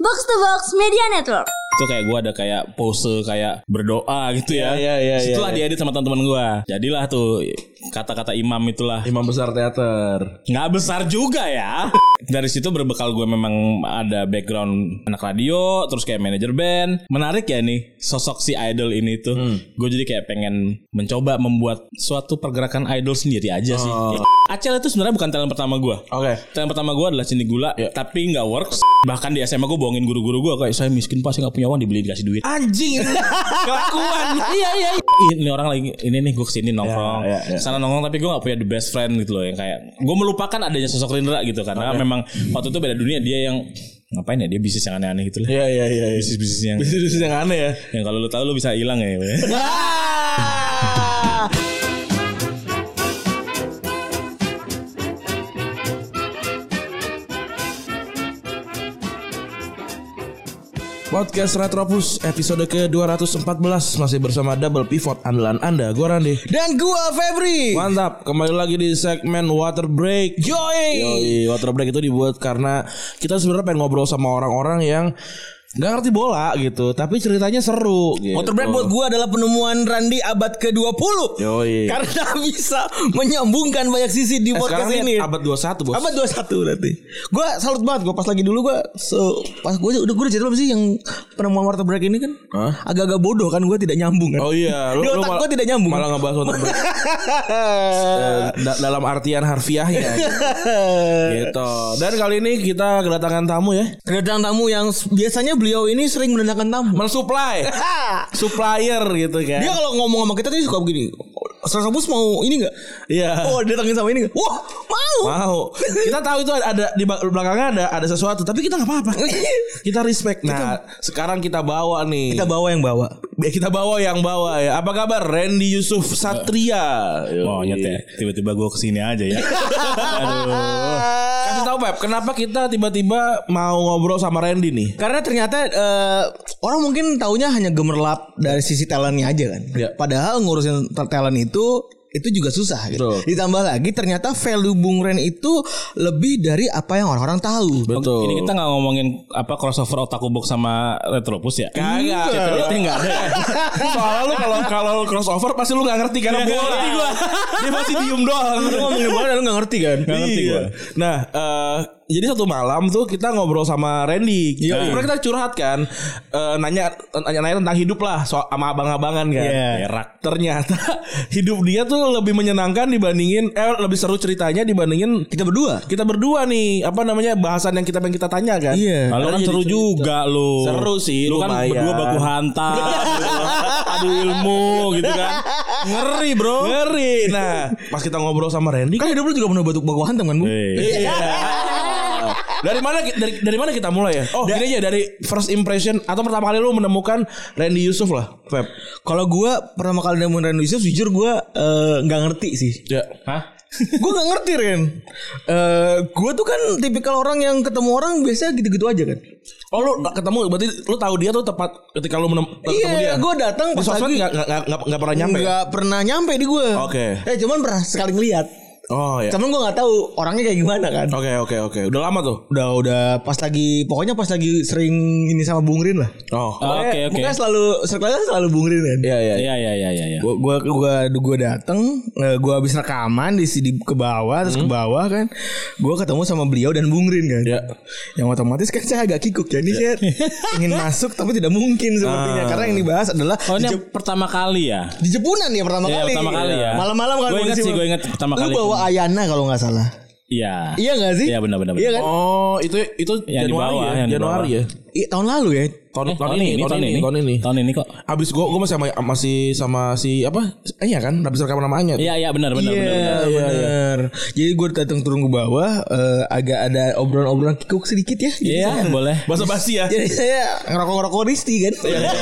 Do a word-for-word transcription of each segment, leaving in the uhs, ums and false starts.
Box to Box Media Network. Itu kayak gue ada kayak pose kayak berdoa gitu ya. Iya iya iya. Itulah ya. diedit sama teman-teman gue. Jadilah tuh kata-kata imam itulah. Imam besar teater. Nggak besar juga ya. Dari situ berbekal gue memang ada background anak radio, terus kayak manajer band. Menarik ya nih sosok si idol ini tuh. Hmm. Gue jadi kayak pengen mencoba membuat suatu pergerakan idol sendiri aja sih. Oh. Acel itu sebenarnya bukan talent pertama gue. Oke. Okay. Talent pertama gue adalah Cindy Gula, yeah. Tapi nggak works. Bahkan di S M A gue bohongin guru-guru gue kayak saya miskin pasti nggak punya uang dibeli dikasih duit. Anjing. Kelakuan. Iya iya. Ini orang lagi ini nih gue kesini nongkrong, yeah, yeah, yeah. Sana nongkrong tapi gue nggak punya the best friend gitu loh yang kayak gue melupakan adanya sosok Rindra gitu karena okay. Memang waktu itu beda dunia dia yang ngapain ya dia bisnis yang aneh-aneh gitu lah. Iya iya iya. Bisnis-bisnis yang bisnis-bisnis yang aneh ya. Yang kalau lu tahu lu bisa hilang ya. Podcast Retropus episode ke dua ratus empat belas masih bersama double pivot andalan Anda, gue Randy dan gue Febri. Mantap, kembali lagi di segmen Water Break. Yoi. Yoi, Water Break itu dibuat karena kita sebenarnya pengen ngobrol sama orang-orang yang nggak ngerti bola gitu, tapi ceritanya seru gitu. Water Break buat gue adalah penemuan Randy abad ke dua puluh. Yoi. Karena bisa menyambungkan banyak sisi di eh, podcast ini. Abad dua puluh satu bos. Abad dua puluh satu berarti. Gue salut banget gue pas lagi dulu gue so, pas gue udah gue udah cerita belum sih yang penemuan Water Break ini kan huh? Agak-agak bodoh kan, gue tidak nyambung kan. Oh iya, lu, di otak gue tidak nyambung. Malah ngebahas Water Break da- dalam artian harfiahnya gitu. Dan kali ini kita kedatangan tamu ya. Kedatangan tamu yang biasanya beliau ini sering mendatangkan tamu, mensupply, supplier gitu kan. Dia kalau ngomong sama kita tuh suka begini. Serabus mau ini nggak? Iya. Oh, datangin sama ini nggak? Wah, mau. Mau. Kita tahu itu ada di belakangnya ada ada sesuatu, tapi kita nggak apa-apa. Kita respect. Nah, kita, sekarang kita bawa nih. Kita bawa yang bawa. Kita bawa yang bawa ya. Apa kabar Randy Yusuf Satria? Monyet ya. Tiba-tiba gue kesini aja ya. Aduh. Kasih tahu Pep, kenapa kita tiba-tiba mau ngobrol sama Randy nih? Karena ternyata uh, orang mungkin taunya hanya gemerlap dari sisi talentnya aja kan. Ya. Padahal ngurusin talent itu itu juga susah gitu. Betul. Ditambah lagi ternyata value Bung Ren itu lebih dari apa yang orang-orang tahu. Betul. Ini kita nggak ngomongin apa crossover Otaku Box sama Retropus ya? Kagak. Itu nggak ada. Soalnya lu kalau kalau crossover pasti lu nggak ngerti karena bola. Ngerti gua. Dia masih diem doang. Lu ngomongin bola lu nggak ngerti kan? Nggak ngerti gua. Nah, uh, jadi satu malam tuh kita ngobrol sama Randy. Iya. Nah, kita curhat kan, uh, nanya nanya tentang hidup lah, soal sama abang-abangan kan. Yeah. Berak. Ternyata hidup dia tuh lebih menyenangkan dibandingin, eh lebih seru ceritanya dibandingin kita berdua. Kita berdua nih, apa namanya bahasan yang kita pengen kita tanya kan. Iya. Lalu kan seru juga lu. Seru sih. Lu kan berdua baku hantam, adu ilmu gitu kan. Ngeri bro. Ngeri. Nah, pas kita ngobrol sama Randy kan hidup lu juga pernah baku hantam kan Bu? Iya. Dari mana dari dari mana kita mulai ya? Oh, da- gini aja dari first impression atau pertama kali lu menemukan Randy Yusuf lah, Feb. Kalau gue pertama kali nemuin Randy Yusuf, jujur gue nggak uh, ngerti sih. Ya. Hah? Gue nggak ngerti Ren. Uh, gue tuh kan tipikal orang yang ketemu orang biasa gitu-gitu aja kan. Oh lu ketemu berarti lu tahu dia tuh tepat ketika lu menem- ketemu iya, dia. Iya, gue datang pas lagi nggak nggak nggak pernah nyampe. Nggak pernah nyampe di gue. Oke. Okay. Eh cuman pernah sekali ngeliat. Oh ya. Cuman gue nggak tahu orangnya kayak gimana kan. Oke okay, oke okay, oke. Okay. Udah lama tuh. Udah udah pas lagi pokoknya pas lagi sering ini sama Bung Rin lah. Oh. Oke oke. Bukan selalu circle-nya selalu Bung Rin kan. Iya iya iya iya iya iya. Gua gua gua gua dateng, gua habis rekaman di sini ke bawah terus hmm. ke bawah kan. Gua ketemu sama beliau dan Bung Rin kan. Iya. Yang otomatis kan saya agak kikuk ya. Ini saya ingin masuk tapi tidak mungkin sepertinya ah. Karena yang dibahas adalah oh, ini Jep- pertama kali ya. Di Jepunan ya pertama ya, kali. Pertama kali ya. Malam-malam kan. Gue ingat sih, gue ingat pertama lu kali. Lu bawa Ayana kalau nggak salah. Iya. Iya gak sih? Iya benar-benar. Iya kan? Oh itu itu yang Januari bawah, ya. Yang Januari ya. Iya tahun lalu ya. Tahun, eh, tahun, tahun ini, ini, tahun, tahun ini, ini, tahun ini, tahun ini kok. Abis gue gue masih sama masih sama si apa? Eh ya kan, abis rekaman namanya. Iya iya benar benar iya, benar. Iya benar. Jadi gue datang turun ke bawah, uh, agak ada obrolan-obrolan kikuk sedikit ya. Iya boleh. Basa-basi ya. Jadi saya ngerokok-ngerokok Risti kan.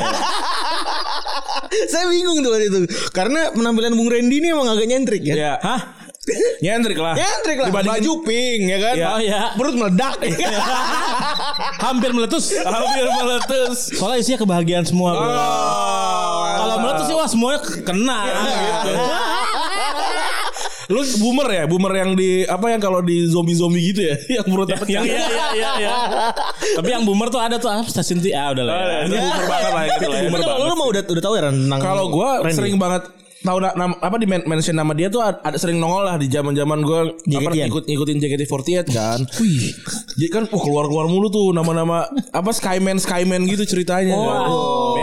Saya bingung tuh waktu itu karena penampilan Bung Randy ini emang agak nyentrik ya. Iya. Hah? Nyentrik lah. Nyentrik lah. Dibandingin baju pink ya kan. Ya. Oh ya. Perut meledak. Hampir meletus. Hampir meletus. Soalnya isinya kebahagiaan semua. Oh, kalau meletus sih wah semuanya kena. Gitu. Lu boomer ya, boomer yang di apa yang kalau di zombie-zombie gitu ya, yang perutnya pecah. Iya iya iya iya. Tapi yang boomer tuh ada tuh ah, stasiun T V. Ah udah lah. Ya. Itu boomer banget lah gitu lah. Boomer banget. Lu mau udah udah tahu ya tentang kalau gue sering banget tahu na- nama apa di mention nama dia tuh ada, ada sering nongol lah di zaman-zaman gue apa ngikut ngikutin J K T empat delapan kan. Wih. Jadi kan oh keluar-keluar mulu tuh nama-nama apa Skyman Skyman gitu ceritanya. Oh.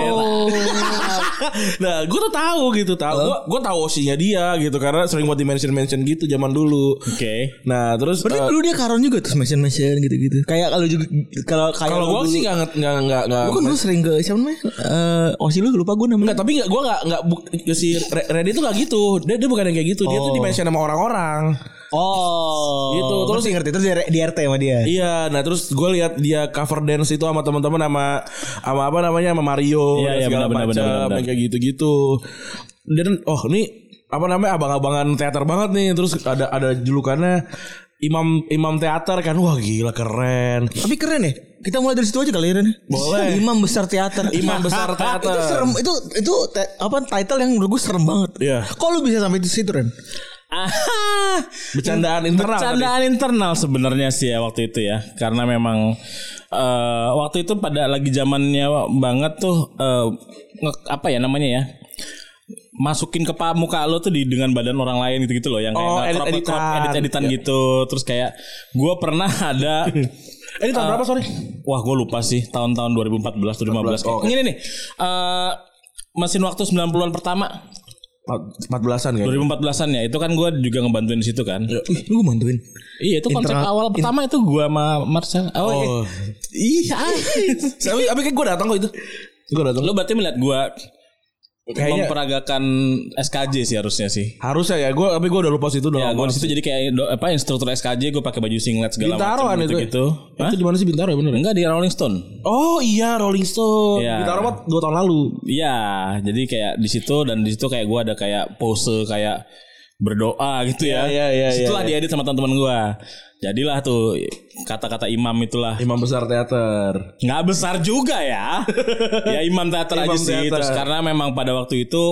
Nah, gue tuh tahu gitu, tahu. Gue gue tahu osinya dia gitu karena sering buat di mention-mention gitu zaman dulu. Oke. Okay. Nah, terus berarti uh, dulu dia karon juga terus mention-mention gitu-gitu. Kayak kalau juga kalau kayak kalau gue sih enggak enggak enggak enggak. Gue kan dulu sering ke siapa namanya? Eh, osi lu lupa gue namanya. Enggak, tapi enggak gue enggak enggak bu, si Randy tuh enggak gitu. Dia dia bukan yang kayak gitu. Dia oh. tuh di mention sama orang-orang. Oh, gitu. Terus ngerti, ngerti terus di R T sama dia. Iya, nah terus gue lihat dia cover dance itu sama teman-teman sama sama apa namanya sama Mario iya, iya, segala benar, macam benar, benar. kayak gitu-gitu. Dan oh ini apa namanya abang-abangan teater banget nih. Terus ada ada julukannya Imam Imam teater kan. Wah gila keren. Tapi keren ya. Kita mulai dari situ aja kali ya Ren. Boleh. Imam besar teater. Imam besar teater. Itu serem. Itu itu te, apa title yang menurut gue serem banget. Iya. Kok lu bisa sampai di situ Ren? Ah, bercandaan internal. Bercandaan tadi. internal sebenarnya sih ya waktu itu ya. Karena memang uh, waktu itu pada lagi zamannya banget tuh uh, nge- apa ya namanya ya? Masukin ke muka lo tuh di dengan badan orang lain gitu-gitu loh yang oh, kayak edit crop, crop, edit-editan ya. Gitu. Terus kayak gue pernah ada ini tahun uh, berapa sorry? Wah gue lupa sih tahun-tahun dua ribu empat belas atau lima belas. Oh, okay. Ini nih uh, mesin waktu sembilan puluhan pertama empat belasan kan? dua ribu empat belasan ya. Itu kan gue juga ngebantuin di situ kan. Wih, lu bantuin. Iya, itu konsep Internal, awal pertama in... itu gue sama Marcel. Oh, oh. Iya. Tapi tapi kayak gue datang kok itu. Gue datang. Lu berarti melihat gue kayaknya memperagakan S K J sih harusnya sih. Harusnya ya. Gue tapi gue udah lupa sih itu. Ya, gue di situ jadi kayak do, apa instruktur S K J, gue pakai baju singlet segala macam gitu gitu. Itu di mana sih Bintaro ya bener? Enggak, di Rolling Stone. Oh iya Rolling Stone. Ya. Bintaro mah dua tahun lalu. Iya, jadi kayak di situ dan di situ kayak gue ada kayak pose kayak berdoa gitu ya. Iya iya iya. Setelah ya, ya. diedit sama teman-teman gue. Jadilah tuh kata-kata imam itulah. Imam besar teater. Nggak besar juga ya. Ya imam teater imam aja teater. Sih. Terus karena memang pada waktu itu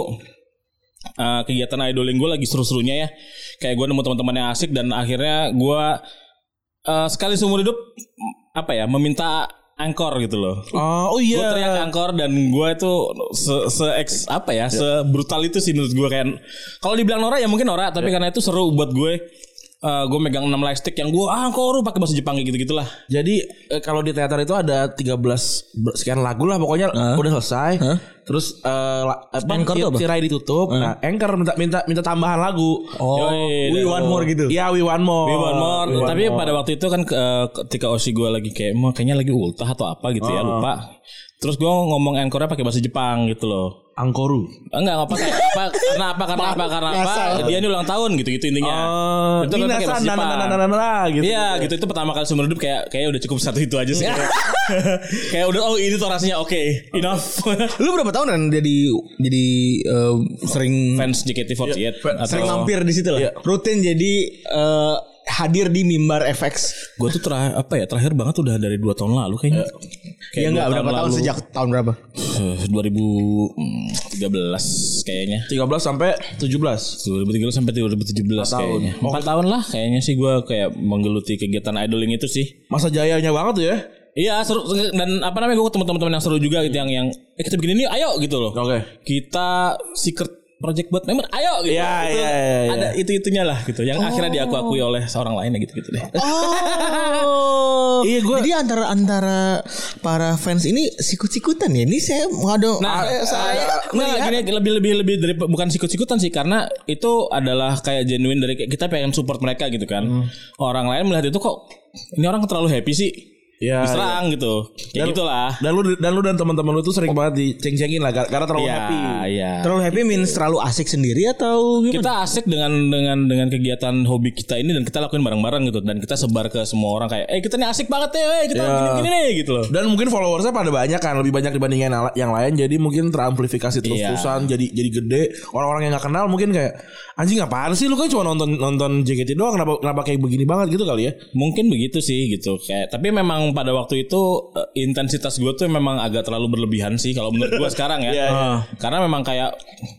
uh, kegiatan idoling gue lagi seru-serunya ya. Kayak gue nemu teman-teman yang asik dan akhirnya gue uh, sekali seumur hidup apa ya meminta angkor gitu loh. Oh, oh iya. Gue teriak angkor dan gue itu se, se ex, apa ya, yeah. sebrutal itu sih menurut gue kan. Kalau dibilang norak ya mungkin norak, tapi yeah. karena itu seru buat gue. Uh, gue megang enam lightstick yang gue ah kok pakai bahasa Jepang gitu gitulah. Jadi eh, kalau di teater itu ada tiga belas sekian lagu lah pokoknya uh. udah selesai. Uh. Terus uh, apa tirai ditutup. Uh. Nah, anchor minta minta minta tambahan lagu. Oh, Yoi, we want more gitu. Iya, we want more. We want more. We want Tapi more. Pada waktu itu kan uh, ketika Oshi gue lagi kayak mau kayaknya lagi ultah atau apa gitu uh. ya, lupa. Terus gue ngomong encore-nya pakai bahasa Jepang gitu loh. Angkoru. Enggak, enggak pakai apa karena apa karena apa karena apa. Dia ini ulang tahun gitu-gitu intinya. Oh, itu kan pakai bahasa Jepang. Gitu. Iya, gitu itu pertama kali seumur hidup kayak kayak udah cukup satu itu aja sih. Kayak udah oh ini tuh rasanya oke, okay, enough. Lu berapa tahun kan jadi jadi uh, sering fans J K T empat delapan atau sering mampir di situ lah. Iya. Rutin jadi uh, hadir di Mimbar F X. Gue tuh terakhir apa ya terakhir banget udah dari dua tahun lalu kayaknya. Iya enggak berapa tahun, tahun sejak tahun berapa? dua ribu tiga belas kayaknya. tiga belas sampai tujuh belas. dua ribu tiga belas sampai dua ribu tujuh belas kayaknya. empat tahun lah kayaknya sih gue kayak menggeluti kegiatan idoling itu sih. Masa jayanya banget tuh ya. Iya seru dan apa namanya gue ketemu teman-teman yang seru juga gitu yang yang eh kita bikin ini ayo gitu loh. Oke. Okay. Kita secret project buat member ayo gitu. Iya iya iya. Ada itu-itunya lah gitu yang oh. akhirnya diakui oleh seorang lain gitu-gitu deh. Oh. Iya gue. Jadi antara antara para fans ini sikut-sikutan ya. Ini saya ngado nah, uh, saya nah, gini lebih lebih lebih dari bukan sikut-sikutan sih karena itu adalah kayak genuine dari kita pengen support mereka gitu kan. Hmm. Orang lain melihat itu kok ini orang terlalu happy sih. Ya, diserang ya. Gitu. Kayak dan, gitulah. Dan lu dan lu dan teman-teman lu tuh sering banget diceng-cengin lah karena terlalu ya, happy. Iya. Terlalu happy means terlalu asik sendiri atau gimana? Kita asik dengan dengan dengan kegiatan hobi kita ini dan kita lakuin bareng-bareng gitu dan kita sebar ke semua orang kayak eh kita nih asik banget nih, eh kita ya. gini-gini nih gitu loh. Dan mungkin followersnya pada banyak kan, lebih banyak dibandingin yang lain jadi mungkin teramplifikasi terus-terusan ya. jadi jadi gede. Orang-orang yang enggak kenal mungkin kayak anjing apaan sih lu kan cuma nonton nonton J K T doang kenapa kenapa kayak begini banget gitu kali ya. Mungkin begitu sih gitu kayak tapi memang pada waktu itu uh, intensitas gue tuh memang agak terlalu berlebihan sih kalau menurut gue sekarang ya. yeah, yeah. Karena memang kayak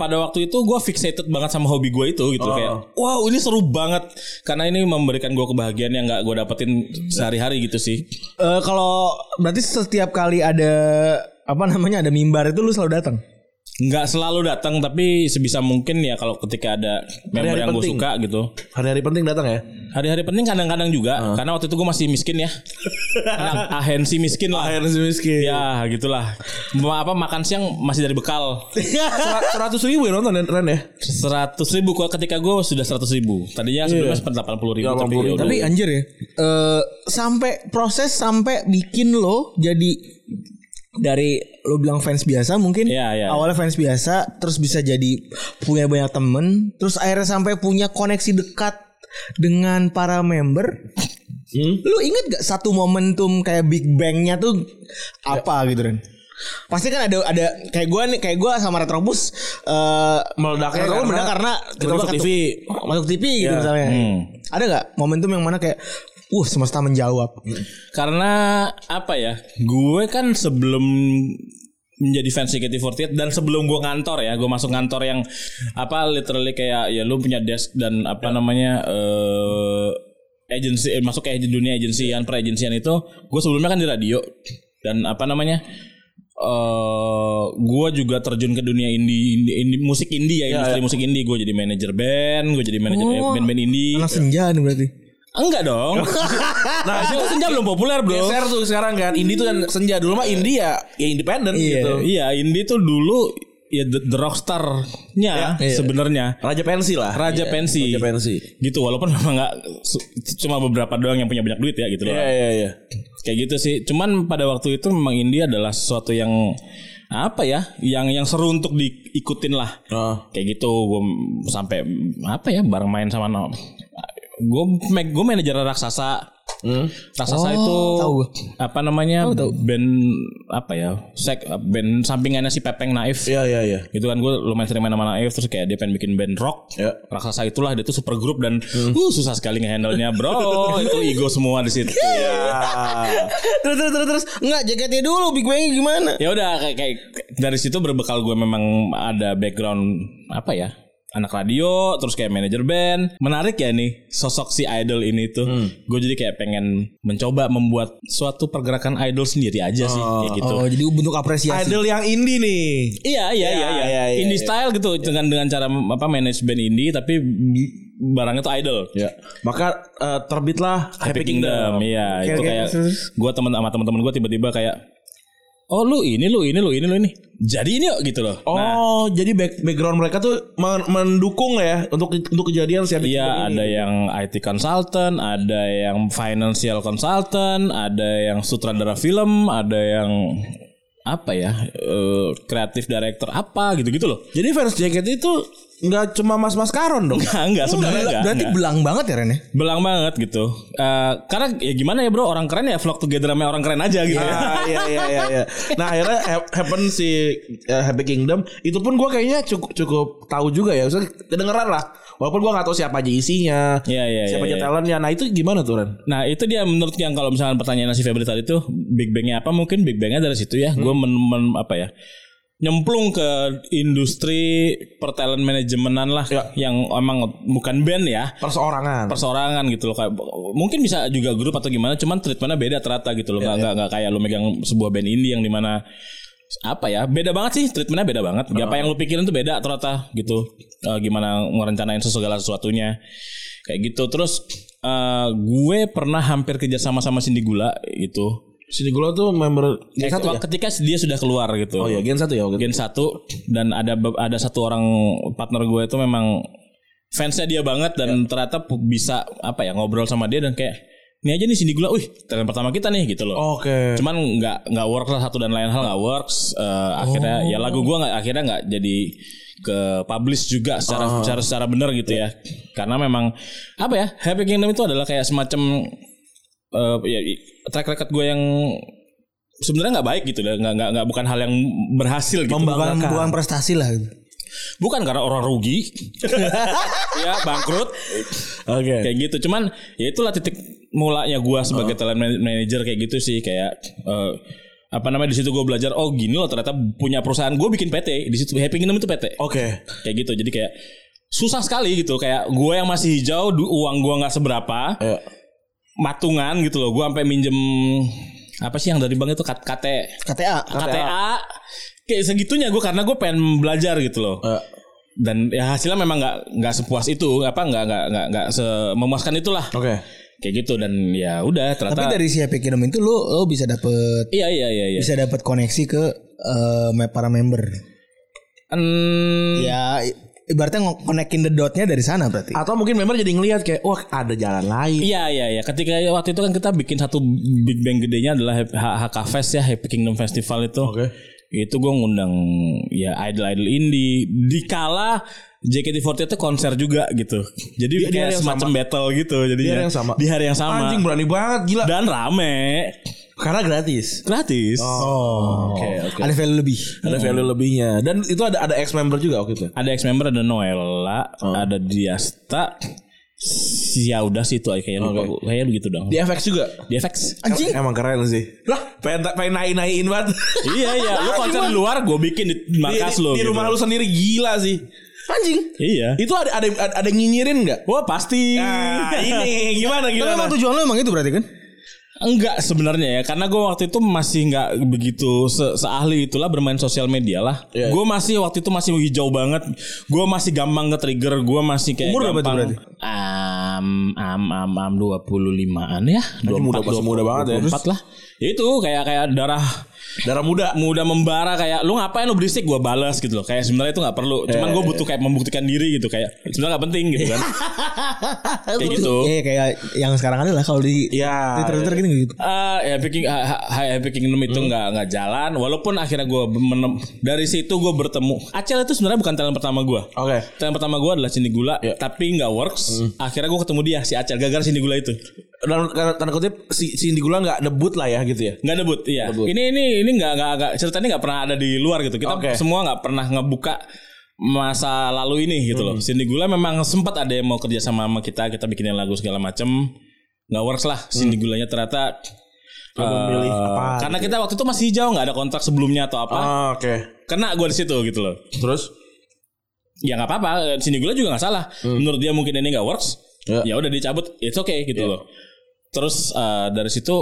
pada waktu itu gue fixated banget sama hobi gue itu gitu. Oh. Kayak wow ini seru banget karena ini memberikan gue kebahagiaan yang nggak gue dapetin sehari-hari gitu sih. Uh, kalau berarti setiap kali ada apa namanya ada mimbar itu lu selalu datang? Nggak selalu datang tapi sebisa mungkin ya kalau ketika ada member yang gue suka gitu. Hari-hari penting datang ya? Hari-hari penting kadang-kadang juga uh. karena waktu itu gue masih miskin ya. Anak ahensi miskin lah. Ahensi miskin. Ya gitulah. Apa makan siang masih dari bekal. Seratus ribu ya nonton Ren ya? Seratus ribu kok ketika gue sudah seratus ribu. Tadinya sebelumnya sempat delapan puluh ribu. Tapi, tapi anjir ya. Uh, sampai proses sampai bikin lo jadi dari lo bilang fans biasa mungkin ya, ya, awalnya fans biasa terus bisa jadi punya banyak temen terus akhirnya sampai punya koneksi dekat dengan para member. hmm? Lu inget gak satu momentum kayak Big Bang-nya tuh apa ya. Gitu Ren? Pasti kan ada ada kayak gue nih kayak gue sama Retrobus uh, meledaknya karena, meledak karena kita masuk T V masuk T V gitu ya. Misalnya hmm. ada gak momentum yang mana kayak Uh, semesta menjawab. Karena apa ya? Gue kan sebelum menjadi fans J K T empat puluh delapan dan sebelum gue ngantor ya, gue masuk ngantor yang apa literally kayak ya lu punya desk dan apa ya. namanya uh, agency eh, masuk ke dunia agensian per agensian itu, gue sebelumnya kan di radio dan apa namanya? Uh, gue juga terjun ke dunia indie, indie, indie musik indie ya, ya industri ya. musik indie. Gue jadi manajer band, gue jadi manajer oh, band-band indie. Anak senja nih berarti. Enggak dong. Nah itu senja belum populer bro. Geser tuh sekarang kan. Indie tuh kan senja. Dulu mah indie ya ya independen iya, gitu. Iya indie tuh dulu ya the, the rockstar-nya ya, sebenarnya. Raja pensi lah. Raja iya, pensi. Raja pensi. Gitu walaupun memang enggak cuma beberapa doang yang punya banyak duit ya gitu loh. Iya iya iya. Kayak gitu sih. Cuman pada waktu itu memang indie adalah sesuatu yang apa ya yang yang seru untuk diikutin lah. Oh. Kayak gitu gue sampai apa ya bareng main sama no, gue gue manajer raksasa. Hmm? Raksasa oh, itu tahu. Apa namanya oh, band apa ya sek band sampingannya si Pepeng Naif. Iya iya iya. Gitu kan gue lumayan sering main sama Naif terus kayak dia pengen bikin band rock. Ya. Raksasa itulah dia tuh super grup dan hmm. uh susah sekali ngehandle-nya bro. Itu ego semua di situ. Ya. terus terus terus terus enggak jaketnya dulu Big Bang gimana? Ya udah kayak, kayak dari situ berbekal gue memang ada background apa ya? Anak radio, terus kayak manajer band. Menarik ya nih sosok si idol ini tuh. Hmm. Gue jadi kayak pengen mencoba membuat suatu pergerakan idol sendiri aja sih, oh, kayak gitu. Oh, jadi bentuk apresiasi. Idol yang indie nih. Iya, iya, iya, iya. iya, iya indie iya, style iya. gitu dengan dengan cara apa manage band indie tapi barangnya tuh idol. Ya. Maka uh, terbitlah Happy, Happy Kingdom. Iya, itu kayak gue teman sama teman-teman gue tiba-tiba kayak oh lu ini lu ini lu ini lu ini jadi ini yuk gitu loh. Oh nah, jadi back, background mereka tuh mendukung ya untuk untuk kejadian siapa ini. Iya ada yang I T consultant, ada yang financial consultant, ada yang sutradara film, ada yang apa ya kreatif uh, director apa gitu-gitu loh. Jadi fans J K T itu nggak cuma mas-mas Karon dong. Enggak, enggak sebenarnya enggak. Berarti enggak. belang banget ya Ren ya? Belang banget gitu. Uh, karena ya gimana ya bro, orang keren ya vlog together sama orang keren aja gitu. Ah, iya iya iya iya. Nah, akhirnya happen si uh, Happy Kingdom itu pun gue kayaknya cukup cukup tahu juga ya. Maksudnya kedengeran lah. Walaupun gue gak tahu siapa aja isinya, ya, ya, siapa aja ya, ya. talentnya. Nah itu gimana tuh Ren? Nah itu dia menurut yang kalau misalnya pertanyaan si Febri tadi tuh Big Bang-nya apa, mungkin Big Bang-nya dari situ ya. Hmm. Gue men, men apa ya nyemplung ke industri pertalent manajemenan lah ya. Yang emang bukan band ya, perseorangan perseorangan gitu loh. Kayak mungkin bisa juga grup atau gimana, cuman treatmentnya beda ternyata gitu loh. Ya, nggak ya. nggak nggak kayak lu megang sebuah band indie yang dimana apa ya beda banget sih, treatmentnya beda banget. Uh-huh. Apa yang lu pikirin tuh beda ternyata gitu. Uh, gimana ngerencanain segala sesuatunya kayak gitu. Terus uh, gue pernah hampir kerja sama sama Cindy Gula gitu. Cindy Gula tuh member Gen satu ya? Ketika dia sudah keluar gitu. Oh ya Gen satu ya. Gen satu dan ada ada satu orang partner gue itu memang fansnya dia banget dan ya. Ternyata bisa apa ya ngobrol sama dia dan kayak ini aja nih Cindy Gula, wih talent pertama kita nih gitu loh. Oke. Okay. Cuman nggak nggak works lah satu dan lain hal nggak works. Uh, akhirnya oh. ya lagu gue nggak akhirnya nggak jadi ke publish juga secara uh. secara secara benar gitu ya. Karena memang apa ya Happy Kingdom itu adalah kayak semacam uh, ya track record gue yang sebenarnya nggak baik gitu lah. Nggak nggak nggak bukan hal yang berhasil gitu. Bukan bukan prestasi lah. Bukan karena orang rugi. Ya bangkrut. Oke. Okay. Kayak gitu. Cuman ya itulah titik mulanya gue sebagai oh. talent manager kayak gitu sih. Kayak uh, apa namanya di situ gue belajar oh gini loh ternyata punya perusahaan gue bikin P T di situ Happy Kingdom itu P T. Oke. Okay. Kayak gitu jadi kayak susah sekali gitu kayak gue yang masih hijau uang gue nggak seberapa yeah. matungan gitu loh gue sampai minjem apa sih yang dari bank itu K T K T A K T A kayak segitunya gue karena gue pengen belajar gitu loh. Yeah. Dan ya hasilnya memang nggak nggak sepuas itu apa nggak nggak nggak nggak memuaskan itulah. Oke. Okay. Kayak gitu dan ya udah ternyata. Tapi dari si Happy Kingdom itu lo lo bisa dapet iya iya iya, iya. bisa dapet koneksi ke uh, para member. Hmm. Ya ibaratnya konekin the dotnya dari sana berarti. Atau mungkin member jadi ngelihat kayak wah ada jalan lain. Iya iya iya. Ketika waktu itu kan kita bikin satu big bang gedenya adalah H K Fest ya Happy Kingdom Festival itu. Oke. Okay. Itu gue ngundang ya idol-idol indie dikala J K T empat puluh delapan itu konser juga gitu. Jadi di, kayak di semacam sama. Battle gitu jadi di hari yang sama. Di hari yang sama. Anjing berani banget gila. Dan rame. Karena gratis. Gratis. Oh, oke okay, oke. Okay. Ada value lebih. Ada value lebihnya. Dan itu ada ada ex member juga waktu itu. Ada ex member ada Noella, oh. ada Diasta. Ya udah sih itu kayak lupa okay. Kayak begitu dong. Di F X juga. Di F X. Anjing. Emang keren sih. Lah, pengen pengen naik-naikin banget. Iya iya, lu konser di luar gue bikin di markas lu. Di, di gitu. Rumah lu sendiri gila sih. Anjing. Iya. Itu ada ada ada, ada nyinyirin enggak? Wah, pasti. Nah, ini gimana gimana? Tapi emang tujuan lu emang itu berarti kan? Enggak sebenarnya ya karena gue waktu itu masih nggak begitu se seahli itulah bermain sosial media lah. Yeah, gue yeah. masih waktu itu masih hijau banget. Gue masih gampang nge-trigger. Gue masih kayak umur gampang. Berarti? Am am am am dua puluh limaan ya. dua puluh empat, muda, muda banget ya. dua puluh empat lah. Itu kayak kayak darah darah muda muda membara kayak lu ngapain lu berisik gue balas gitu loh kayak sebenarnya itu nggak perlu cuman gue butuh kayak membuktikan diri gitu kayak sebenarnya nggak penting gitu kan kayak gitu iya kayak yang sekarang ada lah kalau di ya, Twitter Twitter ya. gitu gitu uh, ya picking Happy Kingdom itu nggak hmm. nggak jalan walaupun akhirnya gue dari situ gue bertemu Acel itu sebenarnya bukan talent pertama gue oke okay. talent pertama gue adalah Cindy Gula yeah. tapi nggak works hmm. akhirnya gue ketemu dia si Acel gara-gara Cindy Gula itu dan tanda kutip si Cindy Gula nggak debut lah ya gitu ya nggak debut iya debut. ini ini ini nggak nggak ceritanya nggak pernah ada di luar gitu kita okay. semua nggak pernah ngebuka masa lalu ini gitu loh. Hmm. Cindy Gula memang sempat ada yang mau kerja sama sama kita kita bikinin lagu segala macem nggak works lah Cindy hmm. Gulanya ternyata uh, memilih apa karena gitu. Kita waktu itu masih hijau nggak ada kontrak sebelumnya atau apa ah, oke okay. kena gue di situ gitu loh terus ya nggak apa-apa Cindy Gula juga nggak salah hmm. menurut dia mungkin ini nggak works ya. Ya udah dicabut it's okay gitu yeah. loh terus uh, dari situ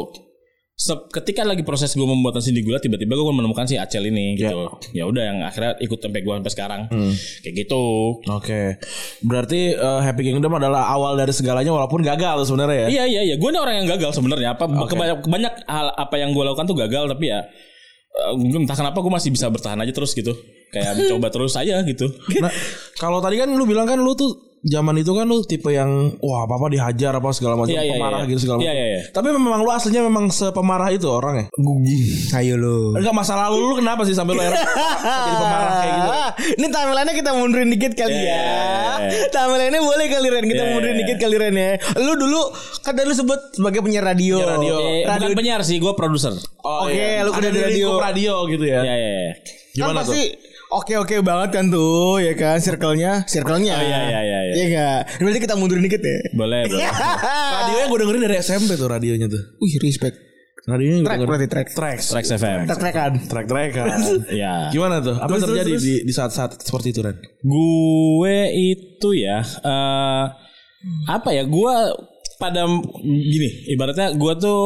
ketika lagi proses gue membuatan Cindy Gula tiba-tiba gue menemukan si Acel ini yeah. gitu ya udah yang akhirnya ikut sampai gue sampai sekarang hmm. kayak gitu oke okay. Berarti uh, Happy Kingdom adalah awal dari segalanya walaupun gagal sebenarnya ya iya iya iya gue ini orang yang gagal sebenarnya apa okay. kebanyak, banyak hal apa yang gue lakukan tuh gagal tapi ya uh, entah kenapa gue masih bisa bertahan aja terus gitu kayak mencoba terus aja gitu nah kalau tadi kan lu bilang kan lu tuh zaman itu kan lu tipe yang wah apa-apa dihajar apa segala macam yeah, pemarah yeah, yeah. gitu segala macam. Yeah, yeah, yeah. Tapi memang lu aslinya memang sepemarah itu orangnya. Ayo lu. Enggak masa lalu lu kenapa sih sampai lu era jadi pemarah kayak gitu? Ini timeline-nya kita mundurin dikit kali yeah, ya. Yeah. Timeline-nya boleh kali Ren kita yeah, mundurin yeah. dikit kali Ren ya. Lu dulu kan lu sebut sebagai penyiar radio. Penyiar radio. Eh, radio. Bukan penyiar sih, gue produser. Oh, Oke, okay, iya. lu udah di radio. radio gitu ya. Iya, iya, iya. Gimana kan tuh? Pasti oke-oke banget kan tuh ya kan circle-nya circle-nya oh iya iya iya iya enggak berarti kita mundurin dikit ya boleh boleh radionya gue dengerin dari S M P tuh radionya tuh wih respect radionya track berarti track tracks tracks F M track trackan track trackan ya gimana tuh apa terus, terjadi terus, di, di saat-saat seperti itu Ren gue itu ya uh, apa ya gue pada gini ibaratnya gue tuh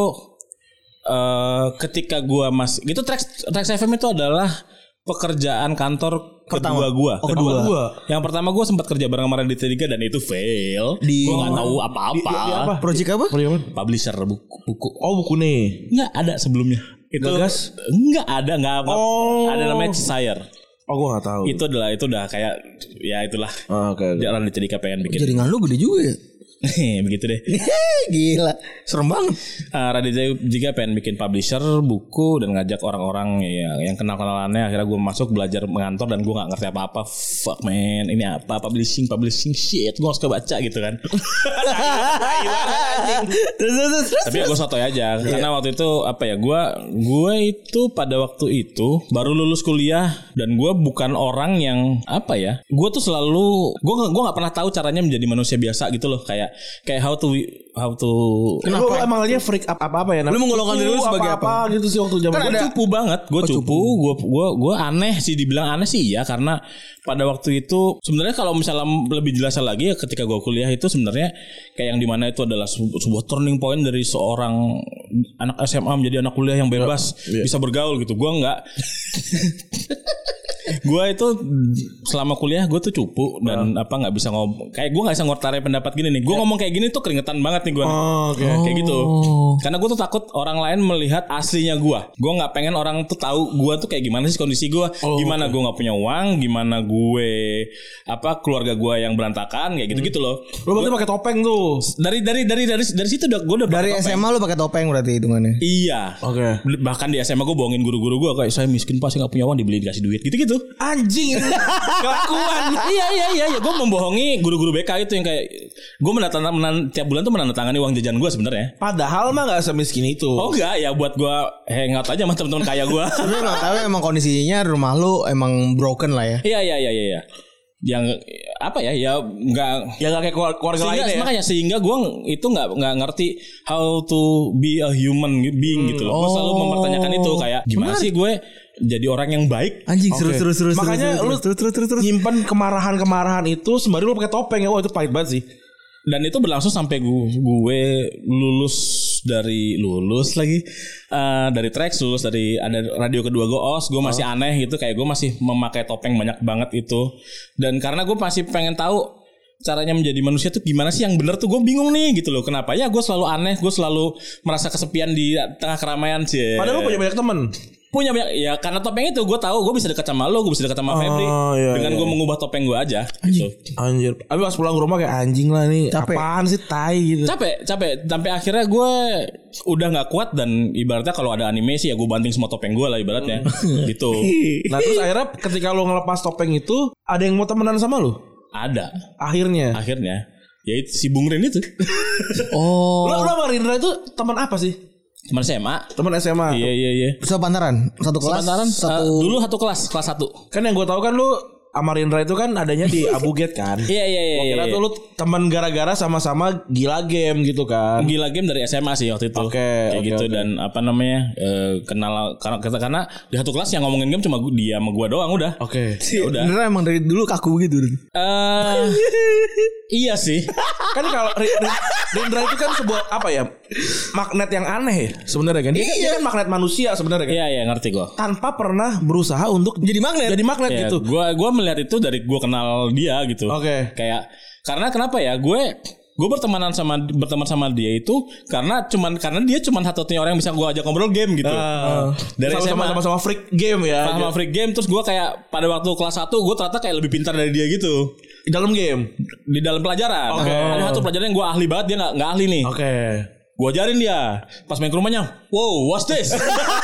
uh, ketika gue masih gitu tracks tracks F M itu adalah pekerjaan kantor pertama. kedua gua. Oh, kedua. kedua. Yang pertama gua sempat kerja bareng sama Raditya Dika dan itu fail. Di, gua enggak tahu apa-apa. Di, di, di apa? Project apa? Publisher buku. buku. Oh, buku nih. Enggak ada sebelumnya. Itu Gagas? Enggak ada, enggak apa. Oh. Ada namanya Cisayar. Oh, gua enggak tahu. Itu adalah itu udah kayak ya itulah. Oh, oke. Okay, okay. Raditya Dika pengen bikin. Jaringan lu gede juga ya. Begitu deh. Gila, serem banget. Uh, Raditya juga pengen bikin publisher buku dan ngajak orang-orang ya, yang kenal-kenalannya. Akhirnya gue masuk belajar mengantor dan gue nggak ngerti apa-apa. Fuck man, ini apa publishing publishing shit. Gue harus baca gitu kan. Tapi ya gue sotoy aja. Karena waktu itu apa ya gue gue itu pada waktu itu baru lulus kuliah dan gue bukan orang yang apa ya. Gue tuh selalu gue gue nggak pernah tahu caranya menjadi manusia biasa gitu loh kayak. kayak how to how to kenapa lu emang aja freak apa apa ya lu menggolongkan diri lu sebagai apa, apa gitu sih waktu zaman kan gue cupu banget gue oh, cupu gue gue gue aneh sih dibilang aneh sih ya karena pada waktu itu sebenarnya kalau misalnya lebih jelas lagi ya ketika gue kuliah itu sebenarnya kayak yang dimana itu adalah sebuah turning point dari seorang anak S M A menjadi anak kuliah yang bebas yeah, yeah. bisa bergaul gitu gue nggak gue itu selama kuliah gue tuh cupu dan uh. apa nggak bisa ngomong kayak gue nggak bisa ngortarin pendapat gini nih gue yeah. ngomong kayak gini tuh keringetan banget nih gue oh, okay. kayak gitu karena gue tuh takut orang lain melihat aslinya gue gue nggak pengen orang tuh tahu gue tuh kayak gimana sih kondisi gue oh, gimana okay. gue nggak punya uang gimana gue apa keluarga gue yang berantakan kayak gitu gitu loh lo berarti pakai topeng tuh dari dari dari dari dari situ udah gue udah dari S M A lo pakai topeng berarti hitungannya iya oke okay. bahkan di S M A gue bohongin guru-guru gue kayak saya miskin pasti nggak punya uang dibeli dikasih duit gitu gitu anjing itu kelakuan. iya iya iya iya gue membohongi guru-guru B K itu yang kayak gue menandatangani tiap bulan tuh menandatangani uang jajan gue sebenarnya. Padahal mah nggak semiskin itu. Oh enggak ya buat gue hangout aja sama teman-teman kaya gue. Sebenarnya tapi emang kondisinya rumah lu emang broken lah ya. Iya iya iya iya. Yang apa ya ya nggak ya nggak kayak keluarga lain ya. Makanya sehingga gue itu nggak nggak ngerti how to be a human being hmm. gitu loh. Gue selalu mempertanyakan itu kayak gimana Benar. sih gue jadi orang yang baik. Anjing okay. seru seru seru. Makanya seru, lu seru, seru, seru, seru. nyimpan kemarahan-kemarahan itu sembari lu pakai topeng ya. Wah itu pahit banget sih. Dan itu berlangsung sampai gue, gue lulus dari lulus lagi uh, dari Trax lulus dari ada radio kedua gue O S gue masih oh. aneh gitu kayak gue masih memakai topeng banyak banget itu. Dan karena gue masih pengen tahu caranya menjadi manusia tuh gimana sih yang benar tuh gue bingung nih gitu loh. Kenapa ya gue selalu aneh, gue selalu merasa kesepian di tengah keramaian sih. Padahal lu punya banyak teman. Punya banyak ya karena topeng itu gue tahu gue bisa dekat sama lo, gue bisa dekat sama Febri oh, iya, dengan iya. gue mengubah topeng gue aja anjing. Gitu. Anjir. Tapi pas pulang ke rumah kayak anjing lah nih. Capek. Apaan sih tai gitu. Capek, capek. Sampai akhirnya gue udah nggak kuat dan ibaratnya kalau ada anime sih ya gue banting semua topeng gue lah ibaratnya gitu. Nah terus akhirnya ketika lo ngelepas topeng itu ada yang mau temenan sama lo? Ada. Akhirnya. Akhirnya. Ya itu si Bung Ren itu. Oh. Lo lo sama Rindra itu teman apa sih? Teman S M A. Teman S M A. Iya iya iya. Sepantaran, satu kelas. Sepantaran satu. Uh, dulu satu kelas, kelas satu. Kan yang gue tahu kan lu sama Rindra itu kan adanya di Abuget kan. Iya iya iya. Kira tuh lu teman gara-gara sama-sama gila game gitu kan. Gila game dari S M A sih waktu itu. Oke. Okay, kayak okay, gitu okay. Dan apa namanya? Uh, kenal karena karena di satu kelas yang ngomongin game cuma dia sama gua doang udah. Oke. Okay. Ya udah. Rindra emang dari dulu kaku gitu. Eh uh, iya sih. Kan kalau Rindra itu kan sebuah apa ya? Magnet yang aneh ya sebenarnya kan. Dia, iya. dia kan magnet manusia sebenarnya kan. Iya iya ngerti gua. Tanpa pernah berusaha untuk jadi magnet. Jadi magnet ya, gitu. Gua gua melihat itu dari gua kenal dia gitu. Oke. Okay. Kayak karena kenapa ya? Gue gue bertemanan sama berteman sama dia itu karena cuman karena dia cuman satu-satunya orang yang bisa gue ajak ngobrol game gitu. Uh, dari S M A sama-sama freak game ya. Sama freak game terus gue kayak pada waktu kelas satu gue ternyata kayak lebih pintar dari dia gitu. Di dalam game, di dalam pelajaran. Okay. Ada satu pelajaran yang gue ahli banget dia nggak nggak ahli nih. Oke. Okay. Gue ajarin dia. Pas main ke rumahnya, wow, what's this?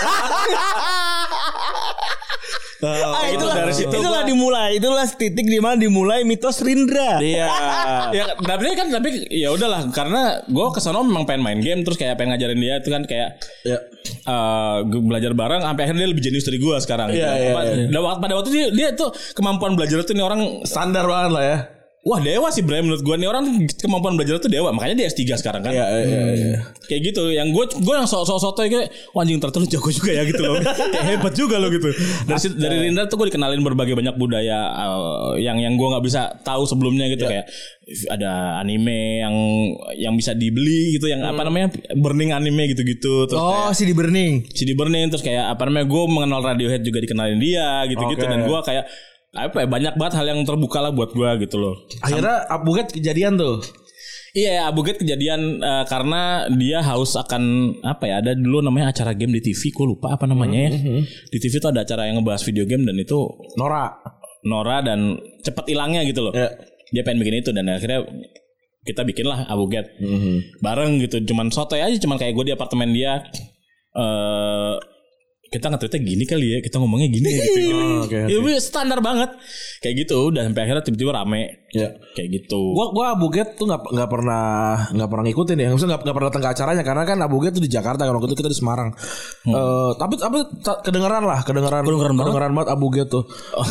Oh, ah, itulah, dari situ itulah gua... dimulai, itulah titik di mana dimulai mitos Rindra. Iya. Ya, tapi kan tapi ya udahlah karena gue kesana memang pengen main game terus kayak pengen ngajarin dia itu kan kayak ya. uh, belajar bareng sampai akhirnya dia lebih jenius dari gue sekarang. Iya, gitu. Iya, iya. Pada waktu dia dia tuh kemampuan belajar tuh nih orang standar banget lah ya. Wah dewa sih Bray menurut gue nih orang kemampuan belajar tuh dewa makanya dia S tiga sekarang kan. Iya iya iya. Kayak gitu yang gue gue yang sok-sok sotoy kayak wah anjing ternyata lu jago juga ya gitu loh. Kayak hebat juga lo gitu. Dari dari Rindra tuh gue dikenalin berbagai banyak budaya uh, yang yang gue nggak bisa tahu sebelumnya gitu yeah. Kayak ada anime yang yang bisa dibeli gitu yang hmm. apa namanya burning anime gitu-gitu terus oh C D burning C D burning terus kayak apa namanya gue mengenal Radiohead juga dikenalin dia gitu-gitu okay. Dan gue kayak apa ya banyak banget hal yang terbuka lah buat gue gitu loh. Akhirnya Abuget kejadian tuh. Iya Abuget kejadian uh, karena dia haus akan apa ya ada dulu namanya acara game di T V gue lupa apa namanya ya. Mm-hmm. Di T V tuh ada acara yang ngebahas video game dan itu Nora Nora dan cepet hilangnya gitu loh. Yeah. Dia pengen bikin itu dan akhirnya kita bikin lah Abuget mm-hmm. bareng gitu cuman sotoy aja cuman kayak gue di apartemen dia. Uh, kita nge-tweetnya gini kali ya kita ngomongnya gini ya gitu. Oh, okay, okay. Ya standar banget kayak gitu udah sampai akhirnya tiba-tiba rame ya kayak gitu. Gua gua Abuget tuh nggak nggak pernah nggak pernah ngikutin ya maksudnya nggak nggak pernah datang ke acaranya karena kan Abuget tuh di Jakarta kan waktu itu kita di Semarang. Hmm. Uh, tapi tapi kedengeran lah kedengeran kedengeran, kedengeran banget Abuget tuh. Oh.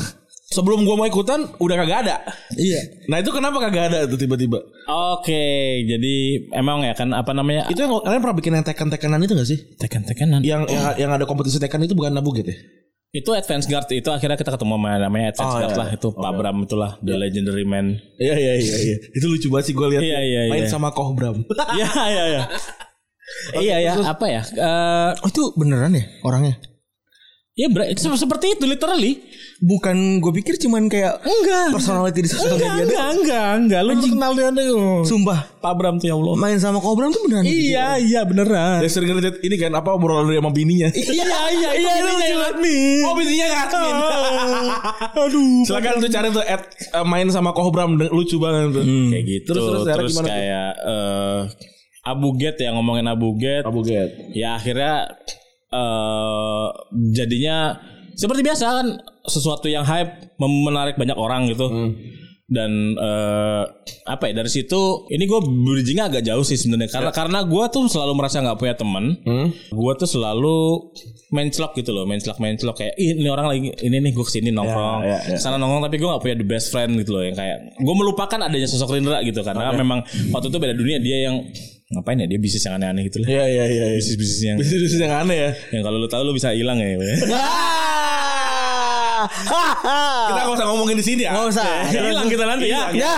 sebelum gue mau ikutan udah kagak ada. Iya. Nah itu kenapa kagak ada tuh tiba-tiba? Oke, jadi emang ya kan apa namanya? Itu yang kalian pernah bikin yang tekan-tekanan itu gak sih? Tekan-tekanan. Yang yang, yang ada kompetisi tekan itu bukan Nabuget ya? Itu Advance Guard itu akhirnya kita ketemu sama namanya Advance Oh, Guard iya. lah itu Pak Oh, Bram itulah The Legendary Man. Iya iya iya iya. Itu lucu banget sih gue lihat. Iya, iya, main iya. sama Koh Bram. Iya iya iya. Iya ya, apa ya? Eh Oh itu beneran ya orangnya? ya ber- seperti itu literally. Bukan gue pikir cuman kayak Enggak. personality di sosial Enggak, media enggak, enggak, enggak. Lu kenal dia tuh. Sumpah. Pak Bram tuh ya Allah. Main sama Kobram tuh beneran. Iya, iya beneran. Dia sering ngeliat ini kan apa obrolan dia sama bininya. Iya, iya, iya, itu yang admin. Oh bininya ngadmin. Aduh. Silakan tuh cari tuh at, uh, main sama Koh Bram lucu banget tuh. Kayak gitu. Terus terus, Terus, gimana tuh? kayak eh Abuget ya ngomongin Abuget. Abuget. Ya akhirnya eh jadinya seperti biasa kan sesuatu yang hype mem- menarik banyak orang gitu. Hmm. Dan eh apa ya dari situ ini gue bridgingnya agak jauh sih sebenarnya karena karena gue tuh selalu merasa nggak punya teman. Hmm. Gue tuh selalu menclok gitu loh, menclok menclok kayak Ih, ini orang lagi ini nih gue kesini nongkrong, Ya, ya, ya. sana nongkrong tapi gue nggak punya the best friend gitu loh yang kayak gue melupakan adanya sosok Rindra gitu karena memang waktu itu beda dunia dia yang ngapain ya dia bisnis yang aneh-aneh gitu lah. Iya iya iya. Bisnis bisnis yang Bisnis yang aneh ya. yang kalau lu tahu lu bisa hilang ya. Kita gak usah ngomongin di sini ya. Nggak usah. Hilang kita nanti ya. Ya.